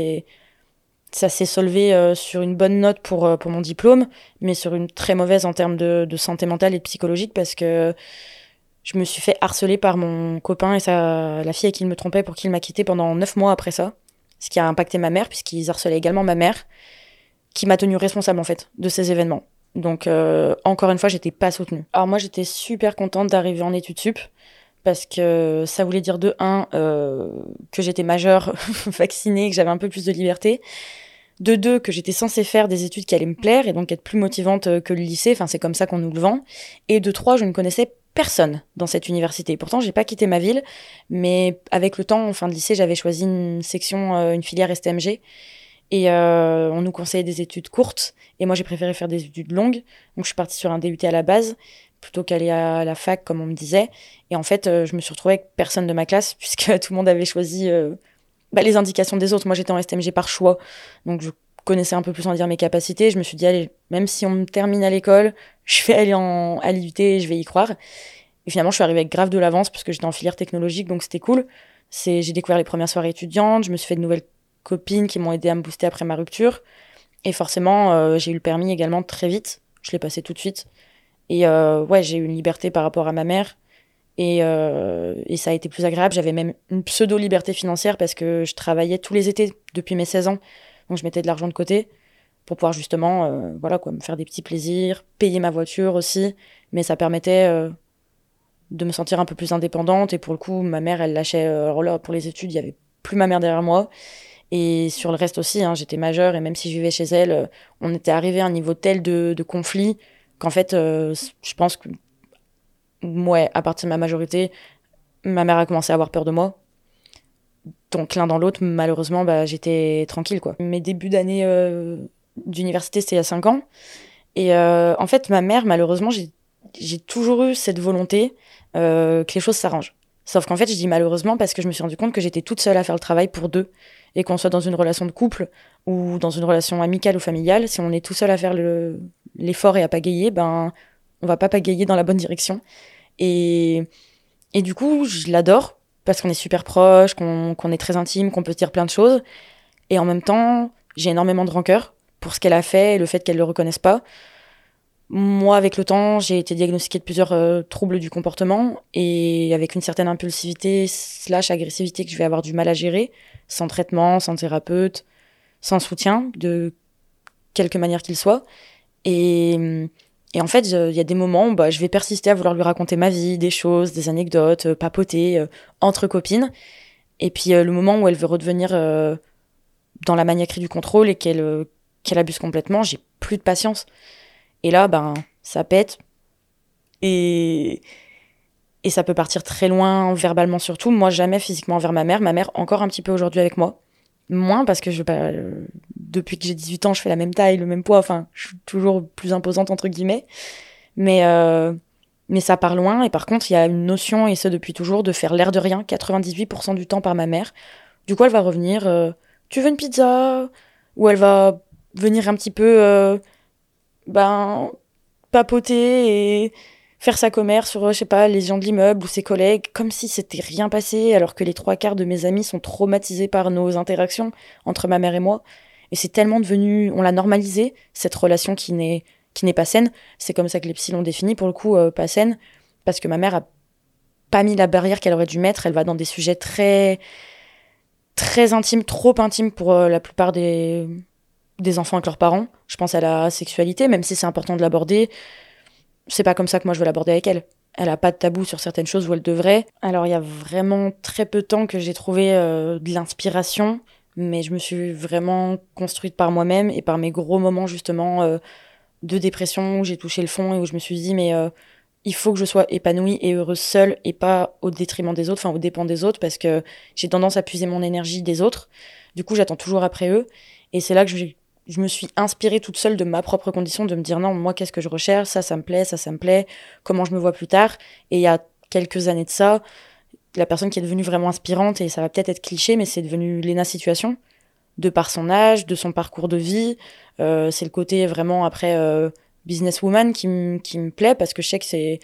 ça s'est solvé sur une bonne note pour mon diplôme, mais sur une très mauvaise en termes de santé mentale et psychologique parce que je me suis fait harceler par mon copain et la fille avec qui il me trompait pour qui il m'a quitté pendant 9 mois après ça. Ce qui a impacté ma mère, puisqu'ils harcelaient également ma mère, qui m'a tenue responsable en fait de ces événements. Donc encore une fois, j'étais pas soutenue. Alors moi, j'étais super contente d'arriver en études sup, parce que ça voulait dire de un, que j'étais majeure, vaccinée, que j'avais un peu plus de liberté. De 2, que j'étais censée faire des études qui allaient me plaire et donc être plus motivante que le lycée. Enfin, c'est comme ça qu'on nous le vend. Et de 3, je ne connaissais personne dans cette université. Pourtant, j'ai pas quitté ma ville, mais avec le temps, en fin de lycée, j'avais choisi une section, une filière STMG. Et on nous conseillait des études courtes. Et moi, j'ai préféré faire des études longues. Donc, je suis partie sur un DUT à la base, plutôt qu'aller à la fac, comme on me disait. Et en fait, je me suis retrouvée avec personne de ma classe, puisque tout le monde avait choisi les indications des autres. Moi, j'étais en STMG par choix. Donc, je connaissais un peu plus, on va dire, mes capacités. Je me suis dit, allez, même si on me termine à l'école, je vais aller à l'IUT et je vais y croire. Et finalement, je suis arrivée avec grave de l'avance, parce que j'étais en filière technologique, donc c'était cool. J'ai découvert les premières soirées étudiantes, je me suis fait de nouvelles copines qui m'ont aidé à me booster après ma rupture. Et forcément, j'ai eu le permis également très vite. Je l'ai passé tout de suite. Et ouais, j'ai eu une liberté par rapport à ma mère. Et ça a été plus agréable. J'avais même une pseudo-liberté financière parce que je travaillais tous les étés depuis mes 16 ans. Donc je mettais de l'argent de côté pour pouvoir justement voilà, quoi, me faire des petits plaisirs, payer ma voiture aussi. Mais ça permettait de me sentir un peu plus indépendante. Et pour le coup, ma mère, elle lâchait. Alors là, pour les études, il y avait plus ma mère derrière moi. Et sur le reste aussi, hein, j'étais majeure et même si je vivais chez elle, on était arrivé à un niveau tel de conflit qu'en fait, je pense que, ouais, à partir de ma majorité, ma mère a commencé à avoir peur de moi. Donc l'un dans l'autre, malheureusement, j'étais tranquille, quoi. Mes débuts d'année d'université, c'était il y a 5 ans. Et en fait, ma mère, malheureusement, j'ai toujours eu cette volonté que les choses s'arrangent. Sauf qu'en fait, je dis malheureusement parce que je me suis rendu compte que j'étais toute seule à faire le travail pour deux. Et qu'on soit dans une relation de couple ou dans une relation amicale ou familiale, si on est tout seul à faire l'effort et à pagayer, on va pas pagayer dans la bonne direction. Et, et du coup, je l'adore parce qu'on est super proches, qu'on est très intime, qu'on peut se dire plein de choses. Et en même temps, j'ai énormément de rancœur pour ce qu'elle a fait et le fait qu'elle le reconnaisse pas. Moi, avec le temps, j'ai été diagnostiquée de plusieurs troubles du comportement et avec une certaine impulsivité / agressivité que je vais avoir du mal à gérer, sans traitement, sans thérapeute, sans soutien, de quelque manière qu'il soit. Et, et en fait, il y a des moments où je vais persister à vouloir lui raconter ma vie, des choses, des anecdotes, papoter entre copines. Et puis le moment où elle veut redevenir dans la maniaquerie du contrôle et qu'elle abuse complètement, j'ai plus de patience. Et là, ça pète. Et ça peut partir très loin, verbalement surtout. Moi, jamais physiquement envers ma mère. Ma mère, encore un petit peu aujourd'hui avec moi. Moins parce que depuis que j'ai 18 ans, je fais la même taille, le même poids. Enfin, je suis toujours plus imposante, entre guillemets. Mais ça part loin. Et par contre, il y a une notion, et ce depuis toujours, de faire l'air de rien, 98% du temps par ma mère. Du coup, elle va revenir, tu veux une pizza? Ou elle va venir un petit peu... papoter et faire sa commère sur, je sais pas, les gens de l'immeuble ou ses collègues, comme si c'était rien passé, alors que les 3/4 de mes amis sont traumatisés par nos interactions entre ma mère et moi. Et c'est tellement devenu, on l'a normalisé, cette relation qui n'est pas saine. C'est comme ça que les psys l'ont défini, pour le coup, pas saine, parce que ma mère a pas mis la barrière qu'elle aurait dû mettre. Elle va dans des sujets très, très intimes, trop intimes pour la plupart des enfants avec leurs parents. Je pense à la sexualité, même si c'est important de l'aborder. C'est pas comme ça que moi je veux l'aborder avec elle. Elle a pas de tabou sur certaines choses où elle devrait. Alors il y a vraiment très peu de temps que j'ai trouvé de l'inspiration, mais je me suis vraiment construite par moi-même et par mes gros moments justement de dépression où j'ai touché le fond et où je me suis dit mais il faut que je sois épanouie et heureuse seule et pas au détriment des autres, enfin aux dépens des autres, parce que j'ai tendance à puiser mon énergie des autres. Du coup j'attends toujours après eux et c'est là que je me suis inspirée toute seule de ma propre condition, de me dire non, moi, qu'est-ce que je recherche? Ça me plaît, ça me plaît. Comment je me vois plus tard? Et il y a quelques années de ça, la personne qui est devenue vraiment inspirante, et ça va peut-être être cliché, mais c'est devenu Léna Situation, de par son âge, de son parcours de vie. C'est le côté vraiment, après, businesswoman qui me plaît, parce que je sais que c'est...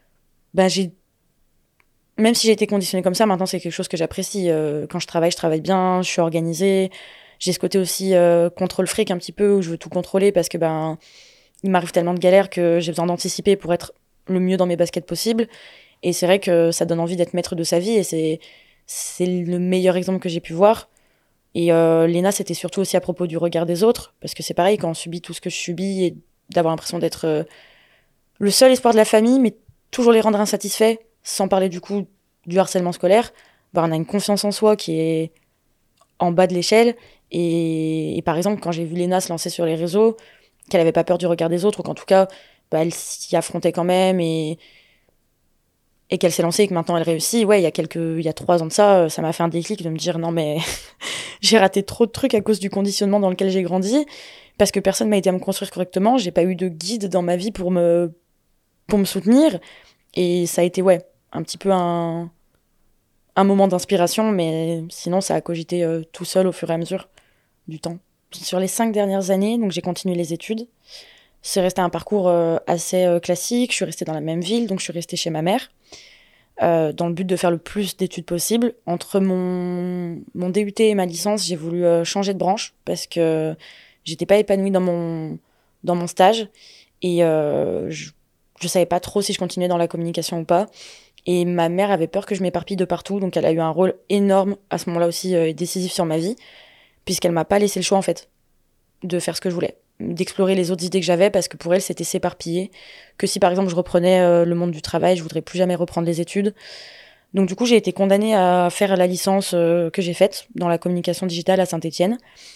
Même si j'ai été conditionnée comme ça, maintenant, c'est quelque chose que j'apprécie. Quand je travaille bien, je suis organisée. J'ai ce côté aussi contrôle fric un petit peu où je veux tout contrôler parce que il m'arrive tellement de galères que j'ai besoin d'anticiper pour être le mieux dans mes baskets possible. Et c'est vrai que ça donne envie d'être maître de sa vie et c'est le meilleur exemple que j'ai pu voir. Et Léna, c'était surtout aussi à propos du regard des autres parce que c'est pareil quand on subit tout ce que je subis et d'avoir l'impression d'être le seul espoir de la famille, mais toujours les rendre insatisfaits, sans parler du coup du harcèlement scolaire. On a une confiance en soi qui est en bas de l'échelle. Et par exemple, quand j'ai vu Léna se lancer sur les réseaux, qu'elle avait pas peur du regard des autres, ou qu'en tout cas, elle s'y affrontait quand même, et qu'elle s'est lancée et que maintenant elle réussit, ouais, il y a 3 ans de ça, ça m'a fait un déclic de me dire non mais j'ai raté trop de trucs à cause du conditionnement dans lequel j'ai grandi, parce que personne m'a aidé à me construire correctement, j'ai pas eu de guide dans ma vie pour me soutenir, et ça a été, ouais, un petit peu un moment d'inspiration, mais sinon ça a cogité tout seul au fur et à mesure du temps. Sur les 5 dernières années, donc j'ai continué les études. C'est resté un parcours assez classique. Je suis restée dans la même ville, donc je suis restée chez ma mère, dans le but de faire le plus d'études possible. Entre mon DUT et ma licence, j'ai voulu changer de branche parce que j'étais pas épanouie dans mon stage. Et je savais pas trop si je continuais dans la communication ou pas. Et ma mère avait peur que je m'éparpille de partout, donc elle a eu un rôle énorme à ce moment-là aussi, décisif sur ma vie, puisqu'elle m'a pas laissé le choix en fait de faire ce que je voulais, d'explorer les autres idées que j'avais, parce que pour elle c'était s'éparpiller, que si par exemple je reprenais le monde du travail, je voudrais plus jamais reprendre les études. Donc du coup, j'ai été condamnée à faire la licence que j'ai faite dans la communication digitale à Saint-Étienne.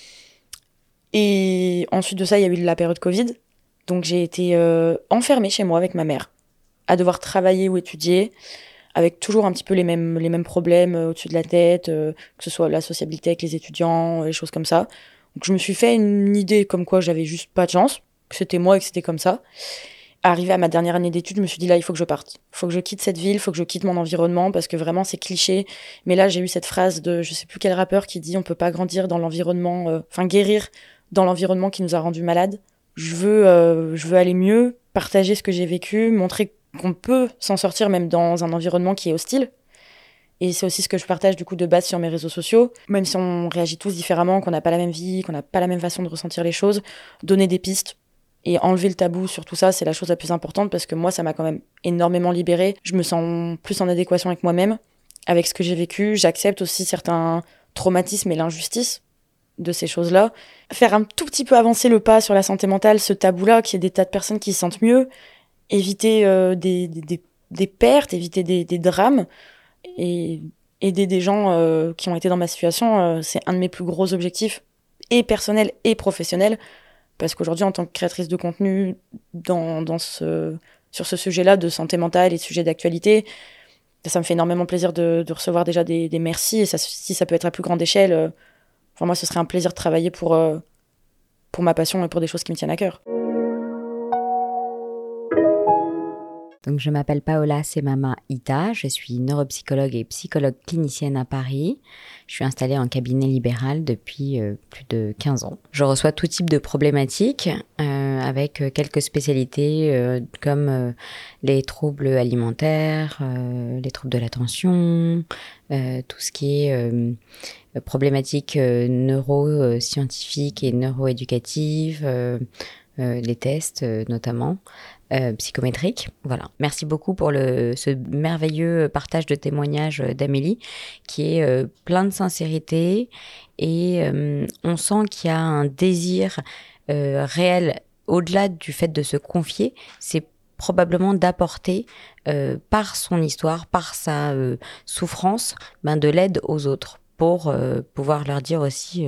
Et ensuite de ça, il y a eu la période Covid. Donc j'ai été enfermée chez moi avec ma mère, à devoir travailler ou étudier, avec toujours un petit peu les mêmes problèmes au-dessus de la tête, que ce soit la sociabilité avec les étudiants, les choses comme ça. Donc je me suis fait une idée comme quoi j'avais juste pas de chance, que c'était moi et que c'était comme ça. Arrivé à ma dernière année d'études, je me suis dit là, il faut que je parte. Il faut que je quitte cette ville, il faut que je quitte mon environnement, parce que vraiment, c'est cliché. Mais là, j'ai eu cette phrase de je sais plus quel rappeur qui dit on peut pas grandir dans l'environnement, guérir dans l'environnement qui nous a rendus malades. Je veux aller mieux, partager ce que j'ai vécu, montrer qu'on peut s'en sortir même dans un environnement qui est hostile. Et c'est aussi ce que je partage du coup de base sur mes réseaux sociaux. Même si on réagit tous différemment, qu'on n'a pas la même vie, qu'on n'a pas la même façon de ressentir les choses, donner des pistes et enlever le tabou sur tout ça, c'est la chose la plus importante parce que moi, ça m'a quand même énormément libérée. Je me sens plus en adéquation avec moi-même, avec ce que j'ai vécu. J'accepte aussi certains traumatismes et l'injustice de ces choses-là. Faire un tout petit peu avancer le pas sur la santé mentale, ce tabou-là, qu'il y ait des tas de personnes qui se sentent mieux, éviter des pertes, éviter des drames et aider des gens qui ont été dans ma situation, c'est un de mes plus gros objectifs, et personnels et professionnels. Parce qu'aujourd'hui, en tant que créatrice de contenu sur ce sujet-là de santé mentale et de sujets d'actualité, ça me fait énormément plaisir de recevoir déjà des merci. Et ça, si ça peut être à plus grande échelle, moi, ce serait un plaisir de travailler pour ma passion et pour des choses qui me tiennent à cœur. Donc, je m'appelle Paola Semama Ita, je suis neuropsychologue et psychologue clinicienne à Paris. Je suis installée en cabinet libéral depuis plus de 15 ans. Je reçois tout type de problématiques avec quelques spécialités comme les troubles alimentaires, les troubles de l'attention, tout ce qui est problématiques neuroscientifiques et neuroéducatives, les tests notamment. Psychométrique. Voilà. Merci beaucoup pour ce merveilleux partage de témoignages d'Amélie qui est plein de sincérité et on sent qu'il y a un désir réel au-delà du fait de se confier, c'est probablement d'apporter par son histoire, par sa souffrance, de l'aide aux autres pour pouvoir leur dire aussi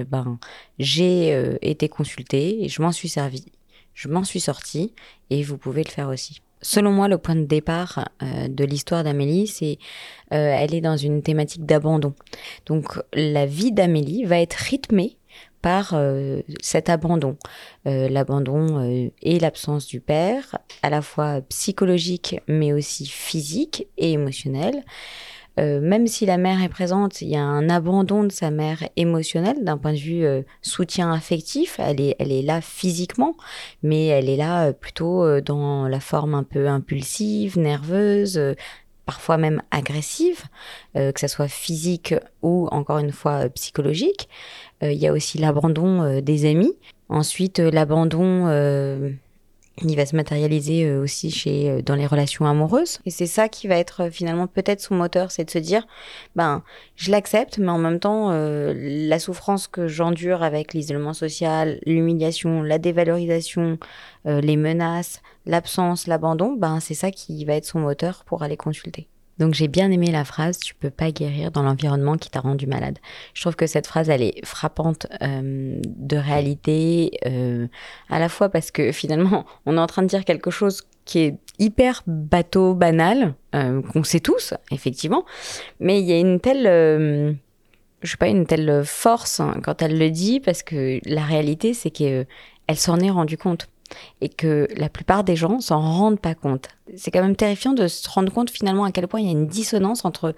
j'ai été consultée et je m'en suis servie. Je m'en suis sortie et vous pouvez le faire aussi. Selon moi, le point de départ de l'histoire d'Amélie, c'est elle est dans une thématique d'abandon. Donc, la vie d'Amélie va être rythmée par cet abandon. L'abandon et l'absence du père, à la fois psychologique, mais aussi physique et émotionnel. Même si la mère est présente, il y a un abandon de sa mère émotionnel d'un point de vue soutien affectif. Elle est là physiquement, mais elle est là plutôt dans la forme un peu impulsive, nerveuse, parfois même agressive, que ça soit physique ou encore une fois psychologique. Il y a aussi l'abandon des amis. Ensuite, l'abandon... il va se matérialiser aussi dans les relations amoureuses. Et c'est ça qui va être finalement peut-être son moteur, c'est de se dire, je l'accepte, mais en même temps, la souffrance que j'endure avec l'isolement social, l'humiliation, la dévalorisation, les menaces, l'absence, l'abandon, c'est ça qui va être son moteur pour aller consulter. Donc j'ai bien aimé la phrase « Tu peux pas guérir dans l'environnement qui t'a rendu malade ». Je trouve que cette phrase, elle est frappante de réalité, à la fois parce que finalement, on est en train de dire quelque chose qui est hyper bateau, banal, qu'on sait tous, effectivement, mais il y a une telle... une telle force quand elle le dit, parce que la réalité, c'est qu'elle s'en est rendue compte. Et que la plupart des gens s'en rendent pas compte. C'est quand même terrifiant de se rendre compte finalement à quel point il y a une dissonance entre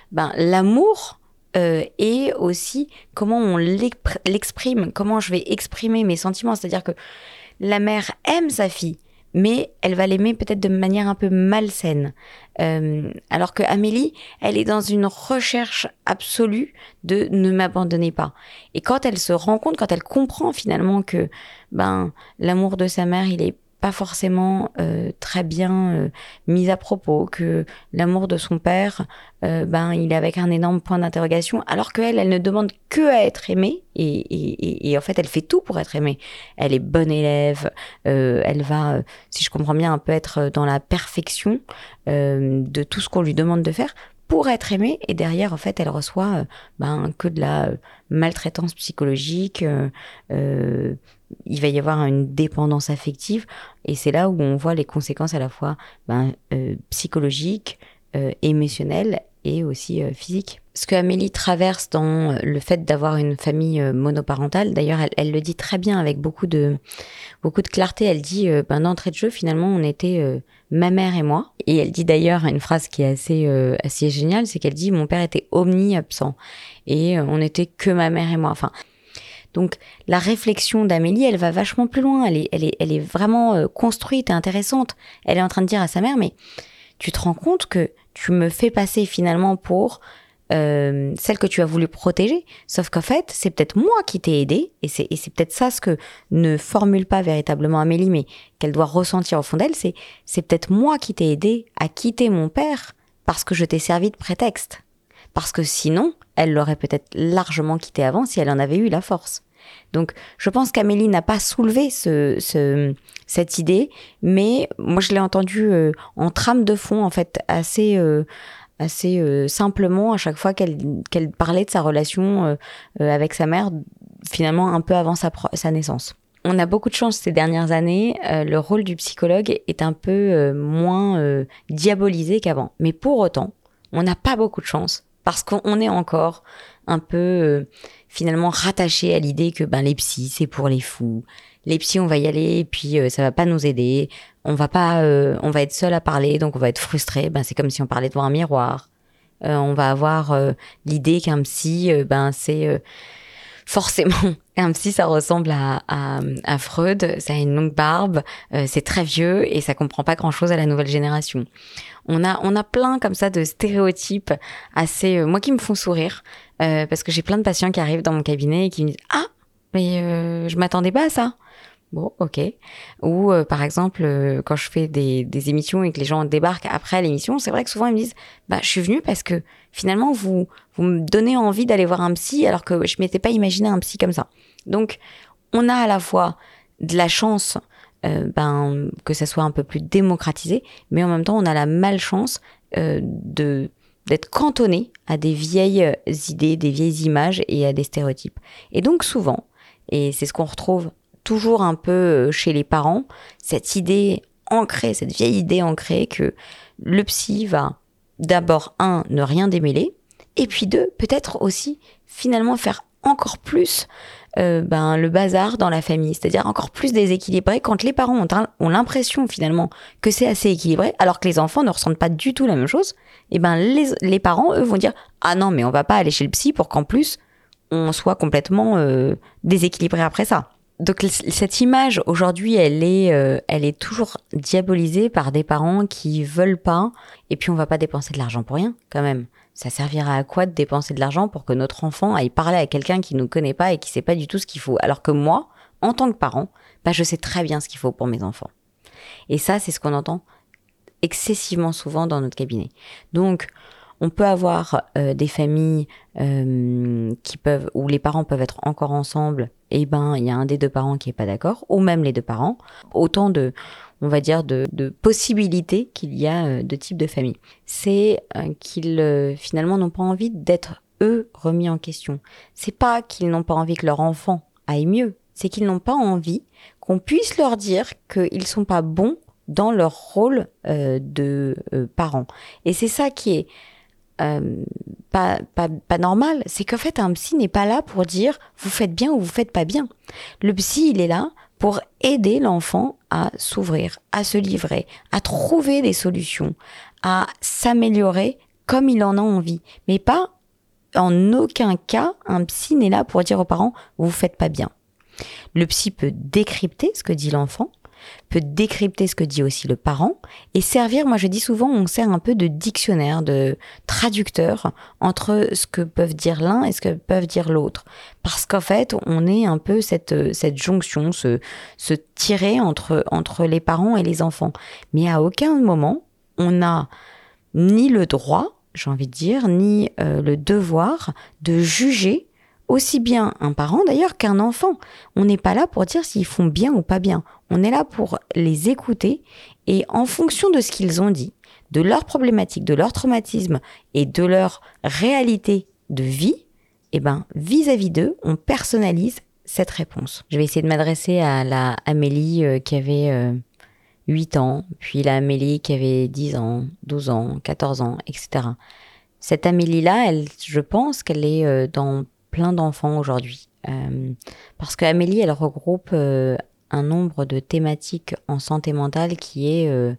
l'amour et aussi comment on l'exprime, comment je vais exprimer mes sentiments. C'est-à-dire que la mère aime sa fille, mais elle va l'aimer peut-être de manière un peu malsaine. Alors que Amélie, elle est dans une recherche absolue de ne m'abandonnez pas. Et quand elle se rend compte, quand elle comprend finalement que l'amour de sa mère, il est pas forcément très bien mis à propos, que l'amour de son père, il est avec un énorme point d'interrogation, alors qu'elle, elle ne demande que à être aimée, et en fait, elle fait tout pour être aimée. Elle est bonne élève, elle va, si je comprends bien, un peu être dans la perfection de tout ce qu'on lui demande de faire, pour être aimée, et derrière, en fait, elle reçoit que de la maltraitance psychologique, il va y avoir une dépendance affective, et c'est là où on voit les conséquences à la fois psychologiques, émotionnelles et aussi physiques. Ce que Amélie traverse dans le fait d'avoir une famille monoparentale, d'ailleurs, elle le dit très bien avec beaucoup de clarté. Elle dit, d'entrée de jeu, finalement, on était ma mère et moi. Et elle dit d'ailleurs une phrase qui est assez géniale, c'est qu'elle dit, mon père était omni-absent et on n'était que ma mère et moi. Enfin, donc la réflexion d'Amélie, elle va vachement plus loin. Elle est vraiment construite et intéressante. Elle est en train de dire à sa mère, mais tu te rends compte que tu me fais passer finalement pour celle que tu as voulu protéger, sauf qu'en fait, c'est peut-être moi qui t'ai aidée, et c'est peut-être ça ce que ne formule pas véritablement Amélie, mais qu'elle doit ressentir au fond d'elle, c'est peut-être moi qui t'ai aidée à quitter mon père parce que je t'ai servi de prétexte. Parce que sinon, elle l'aurait peut-être largement quitté avant si elle en avait eu la force. Donc, je pense qu'Amélie n'a pas soulevé cette idée, mais moi je l'ai entendue en trame de fond, en fait, assez simplement à chaque fois qu'elle parlait de sa relation avec sa mère, finalement un peu avant sa naissance. On a beaucoup de chance ces dernières années, le rôle du psychologue est un peu moins diabolisé qu'avant. Mais pour autant, on n'a pas beaucoup de chance parce qu'on est encore un peu finalement rattaché à l'idée que les psys, c'est pour les fous. Les psys, on va y aller et puis ça va pas nous aider. On va être seul à parler, donc on va être frustré. C'est comme si on parlait devant un miroir. On va avoir l'idée qu'un psy, c'est forcément un psy, ça ressemble à Freud. Ça a une longue barbe, c'est très vieux et ça comprend pas grand-chose à la nouvelle génération. On a plein comme ça de stéréotypes assez, moi qui me font sourire, parce que j'ai plein de patients qui arrivent dans mon cabinet et qui me disent mais je m'attendais pas à ça. Bon, ok. Ou par exemple, quand je fais des émissions et que les gens débarquent après l'émission, c'est vrai que souvent ils me disent je suis venue parce que finalement vous me donnez envie d'aller voir un psy alors que je m'étais pas imaginé un psy comme ça. Donc on a à la fois de la chance que ça soit un peu plus démocratisé, mais en même temps on a la malchance d'être cantonné à des vieilles idées, des vieilles images et à des stéréotypes. Et donc souvent, et c'est ce qu'on retrouve toujours un peu chez les parents, cette idée ancrée, cette vieille idée ancrée que le psy va d'abord, ne rien démêler, et puis 2, peut-être aussi finalement faire encore plus le bazar dans la famille, c'est-à-dire encore plus déséquilibré quand les parents ont l'impression finalement que c'est assez équilibré, alors que les enfants ne ressentent pas du tout la même chose, et les parents, eux, vont dire « Ah non, mais on va pas aller chez le psy pour qu'en plus on soit complètement déséquilibré après ça ». Donc cette image aujourd'hui, elle est toujours diabolisée par des parents qui veulent pas, et puis on va pas dépenser de l'argent pour rien quand même. Ça servira à quoi de dépenser de l'argent pour que notre enfant aille parler à quelqu'un qui nous connaît pas et qui sait pas du tout ce qu'il faut, alors que moi, en tant que parent, je sais très bien ce qu'il faut pour mes enfants. Et ça, c'est ce qu'on entend excessivement souvent dans notre cabinet. Donc on peut avoir des familles où les parents peuvent être encore ensemble, et il y a un des deux parents qui est pas d'accord, ou même les deux parents. Autant de possibilités qu'il y a de types de famille. C'est qu'ils finalement n'ont pas envie d'être eux remis en question. C'est pas qu'ils n'ont pas envie que leur enfant aille mieux, c'est qu'ils n'ont pas envie qu'on puisse leur dire qu'ils sont pas bons dans leur rôle de parents. Et c'est ça qui est pas normal, c'est qu'en fait un psy n'est pas là pour dire vous faites bien ou vous faites pas bien. Le psy, il est là pour aider l'enfant à s'ouvrir, à se livrer, à trouver des solutions, à s'améliorer comme il en a envie. Mais pas, en aucun cas, un psy n'est là pour dire aux parents vous faites pas bien. Le psy peut décrypter ce que dit l'enfant, peut décrypter ce que dit aussi le parent et servir, moi je dis souvent, on sert un peu de dictionnaire, de traducteur entre ce que peuvent dire l'un et ce que peuvent dire l'autre. Parce qu'en fait, on est un peu cette jonction, ce tirer entre les parents et les enfants. Mais à aucun moment, on n'a ni le droit, j'ai envie de dire, ni le devoir de juger aussi bien un parent d'ailleurs qu'un enfant. On n'est pas là pour dire s'ils font bien ou pas bien. On est là pour les écouter et en fonction de ce qu'ils ont dit, de leurs problématiques, de leurs traumatismes et de leur réalité de vie, vis-à-vis d'eux, on personnalise cette réponse. Je vais essayer de m'adresser à la Amélie qui avait 8 ans, puis la Amélie qui avait 10 ans, 12 ans, 14 ans, etc. Cette Amélie-là, je pense qu'elle est dans plein d'enfants aujourd'hui. Parce qu'Amélie, elle regroupe un nombre de thématiques en santé mentale qui est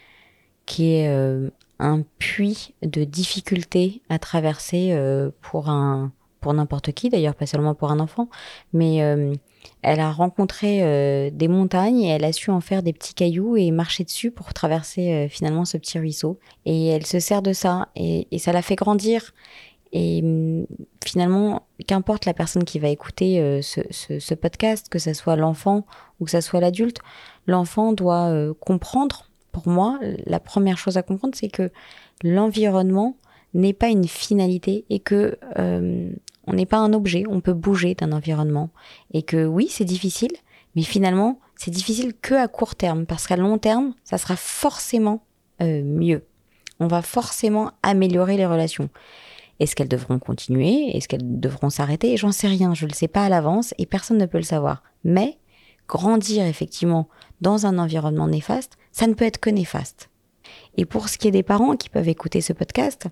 un puits de difficultés à traverser pour n'importe qui, d'ailleurs pas seulement pour un enfant, mais elle a rencontré des montagnes et elle a su en faire des petits cailloux et marcher dessus pour traverser finalement ce petit ruisseau. Et elle se sert de ça et ça la fait grandir. Et finalement, qu'importe la personne qui va écouter ce podcast, que ce soit l'enfant ou que ce soit l'adulte, l'enfant doit comprendre. Pour moi, la première chose à comprendre, c'est que l'environnement n'est pas une finalité et que on n'est pas un objet, on peut bouger d'un environnement. Et que oui, c'est difficile, mais finalement, c'est difficile que à court terme, parce qu'à long terme, ça sera forcément mieux. On va forcément améliorer les relations. Est-ce qu'elles devront continuer ? Est-ce qu'elles devront s'arrêter ? J'en sais rien, je ne le sais pas à l'avance et personne ne peut le savoir. Mais grandir effectivement dans un environnement néfaste, ça ne peut être que néfaste. Et pour ce qui est des parents qui peuvent écouter ce podcast,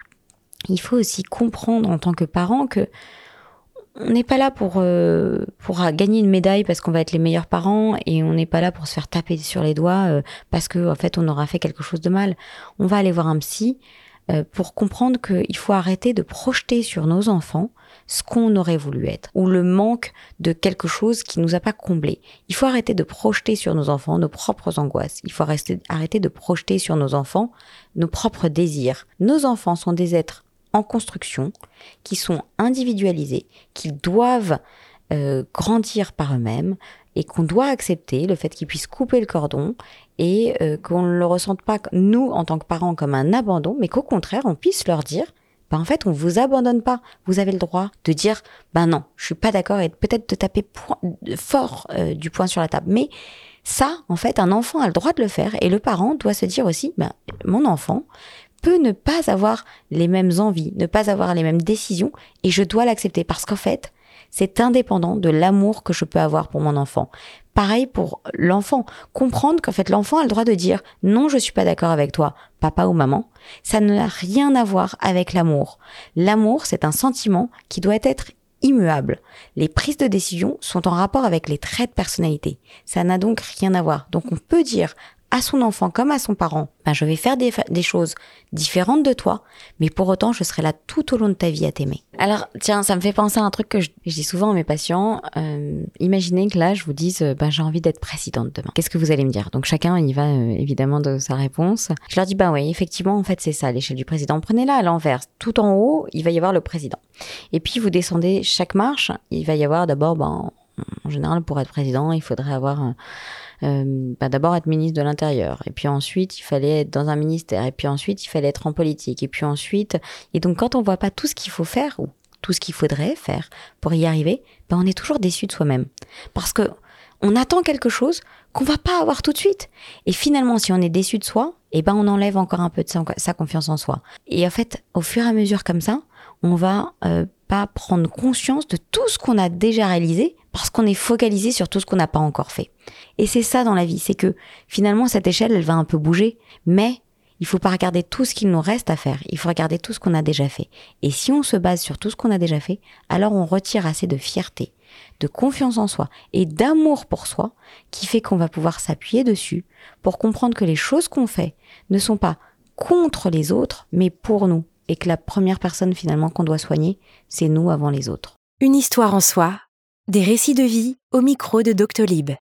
il faut aussi comprendre en tant que parent que on n'est pas là pour gagner une médaille parce qu'on va être les meilleurs parents et on n'est pas là pour se faire taper sur les doigts parce que en fait on aura fait quelque chose de mal. On va aller voir un psy pour comprendre qu'il faut arrêter de projeter sur nos enfants ce qu'on aurait voulu être ou le manque de quelque chose qui nous a pas comblé. Il faut arrêter de projeter sur nos enfants nos propres angoisses. Il faut arrêter de projeter sur nos enfants nos propres désirs. Nos enfants sont des êtres en construction, qui sont individualisés, qui doivent grandir par eux-mêmes et qu'on doit accepter le fait qu'ils puissent couper le cordon et qu'on ne le ressente pas, nous, en tant que parents, comme un abandon, mais qu'au contraire, on puisse leur dire en fait, on vous abandonne pas. Vous avez le droit de dire non, je suis pas d'accord et peut-être de taper fort du poing sur la table. Mais ça, en fait, un enfant a le droit de le faire et le parent doit se dire aussi mon enfant peut ne pas avoir les mêmes envies, ne pas avoir les mêmes décisions et je dois l'accepter parce qu'en fait, c'est indépendant de l'amour que je peux avoir pour mon enfant. Pareil pour l'enfant. Comprendre qu'en fait, l'enfant a le droit de dire « Non, je suis pas d'accord avec toi, papa ou maman ». Ça n'a rien à voir avec l'amour. L'amour, c'est un sentiment qui doit être immuable. Les prises de décision sont en rapport avec les traits de personnalité. Ça n'a donc rien à voir. Donc on peut dire à son enfant comme à son parent, je vais faire des choses différentes de toi, mais pour autant, je serai là tout au long de ta vie à t'aimer. Alors, tiens, ça me fait penser à un truc que je dis souvent à mes patients. Imaginez que là, je vous dise, j'ai envie d'être présidente demain. Qu'est-ce que vous allez me dire ? Donc, chacun, il va évidemment de sa réponse. Je leur dis, oui, effectivement, en fait, c'est ça, l'échelle du président. Prenez-la à l'envers. Tout en haut, il va y avoir le président. Et puis, vous descendez chaque marche, il va y avoir d'abord, en général, pour être président, il faudrait avoir... d'abord être ministre de l'Intérieur et puis ensuite il fallait être dans un ministère et puis ensuite il fallait être en politique et puis ensuite et donc quand on voit pas tout ce qu'il faut faire ou tout ce qu'il faudrait faire pour y arriver, on est toujours déçu de soi-même parce que on attend quelque chose qu'on va pas avoir tout de suite et finalement si on est déçu de soi on enlève encore un peu de sa confiance en soi et en fait au fur et à mesure comme ça on va pas prendre conscience de tout ce qu'on a déjà réalisé parce qu'on est focalisé sur tout ce qu'on n'a pas encore fait. Et c'est ça dans la vie, c'est que finalement cette échelle, elle va un peu bouger, mais il faut pas regarder tout ce qu'il nous reste à faire, il faut regarder tout ce qu'on a déjà fait. Et si on se base sur tout ce qu'on a déjà fait, alors on retire assez de fierté, de confiance en soi et d'amour pour soi qui fait qu'on va pouvoir s'appuyer dessus pour comprendre que les choses qu'on fait ne sont pas contre les autres, mais pour nous. Et que la première personne finalement qu'on doit soigner, c'est nous avant les autres. Une histoire en soi, des récits de vie au micro de Doctolib.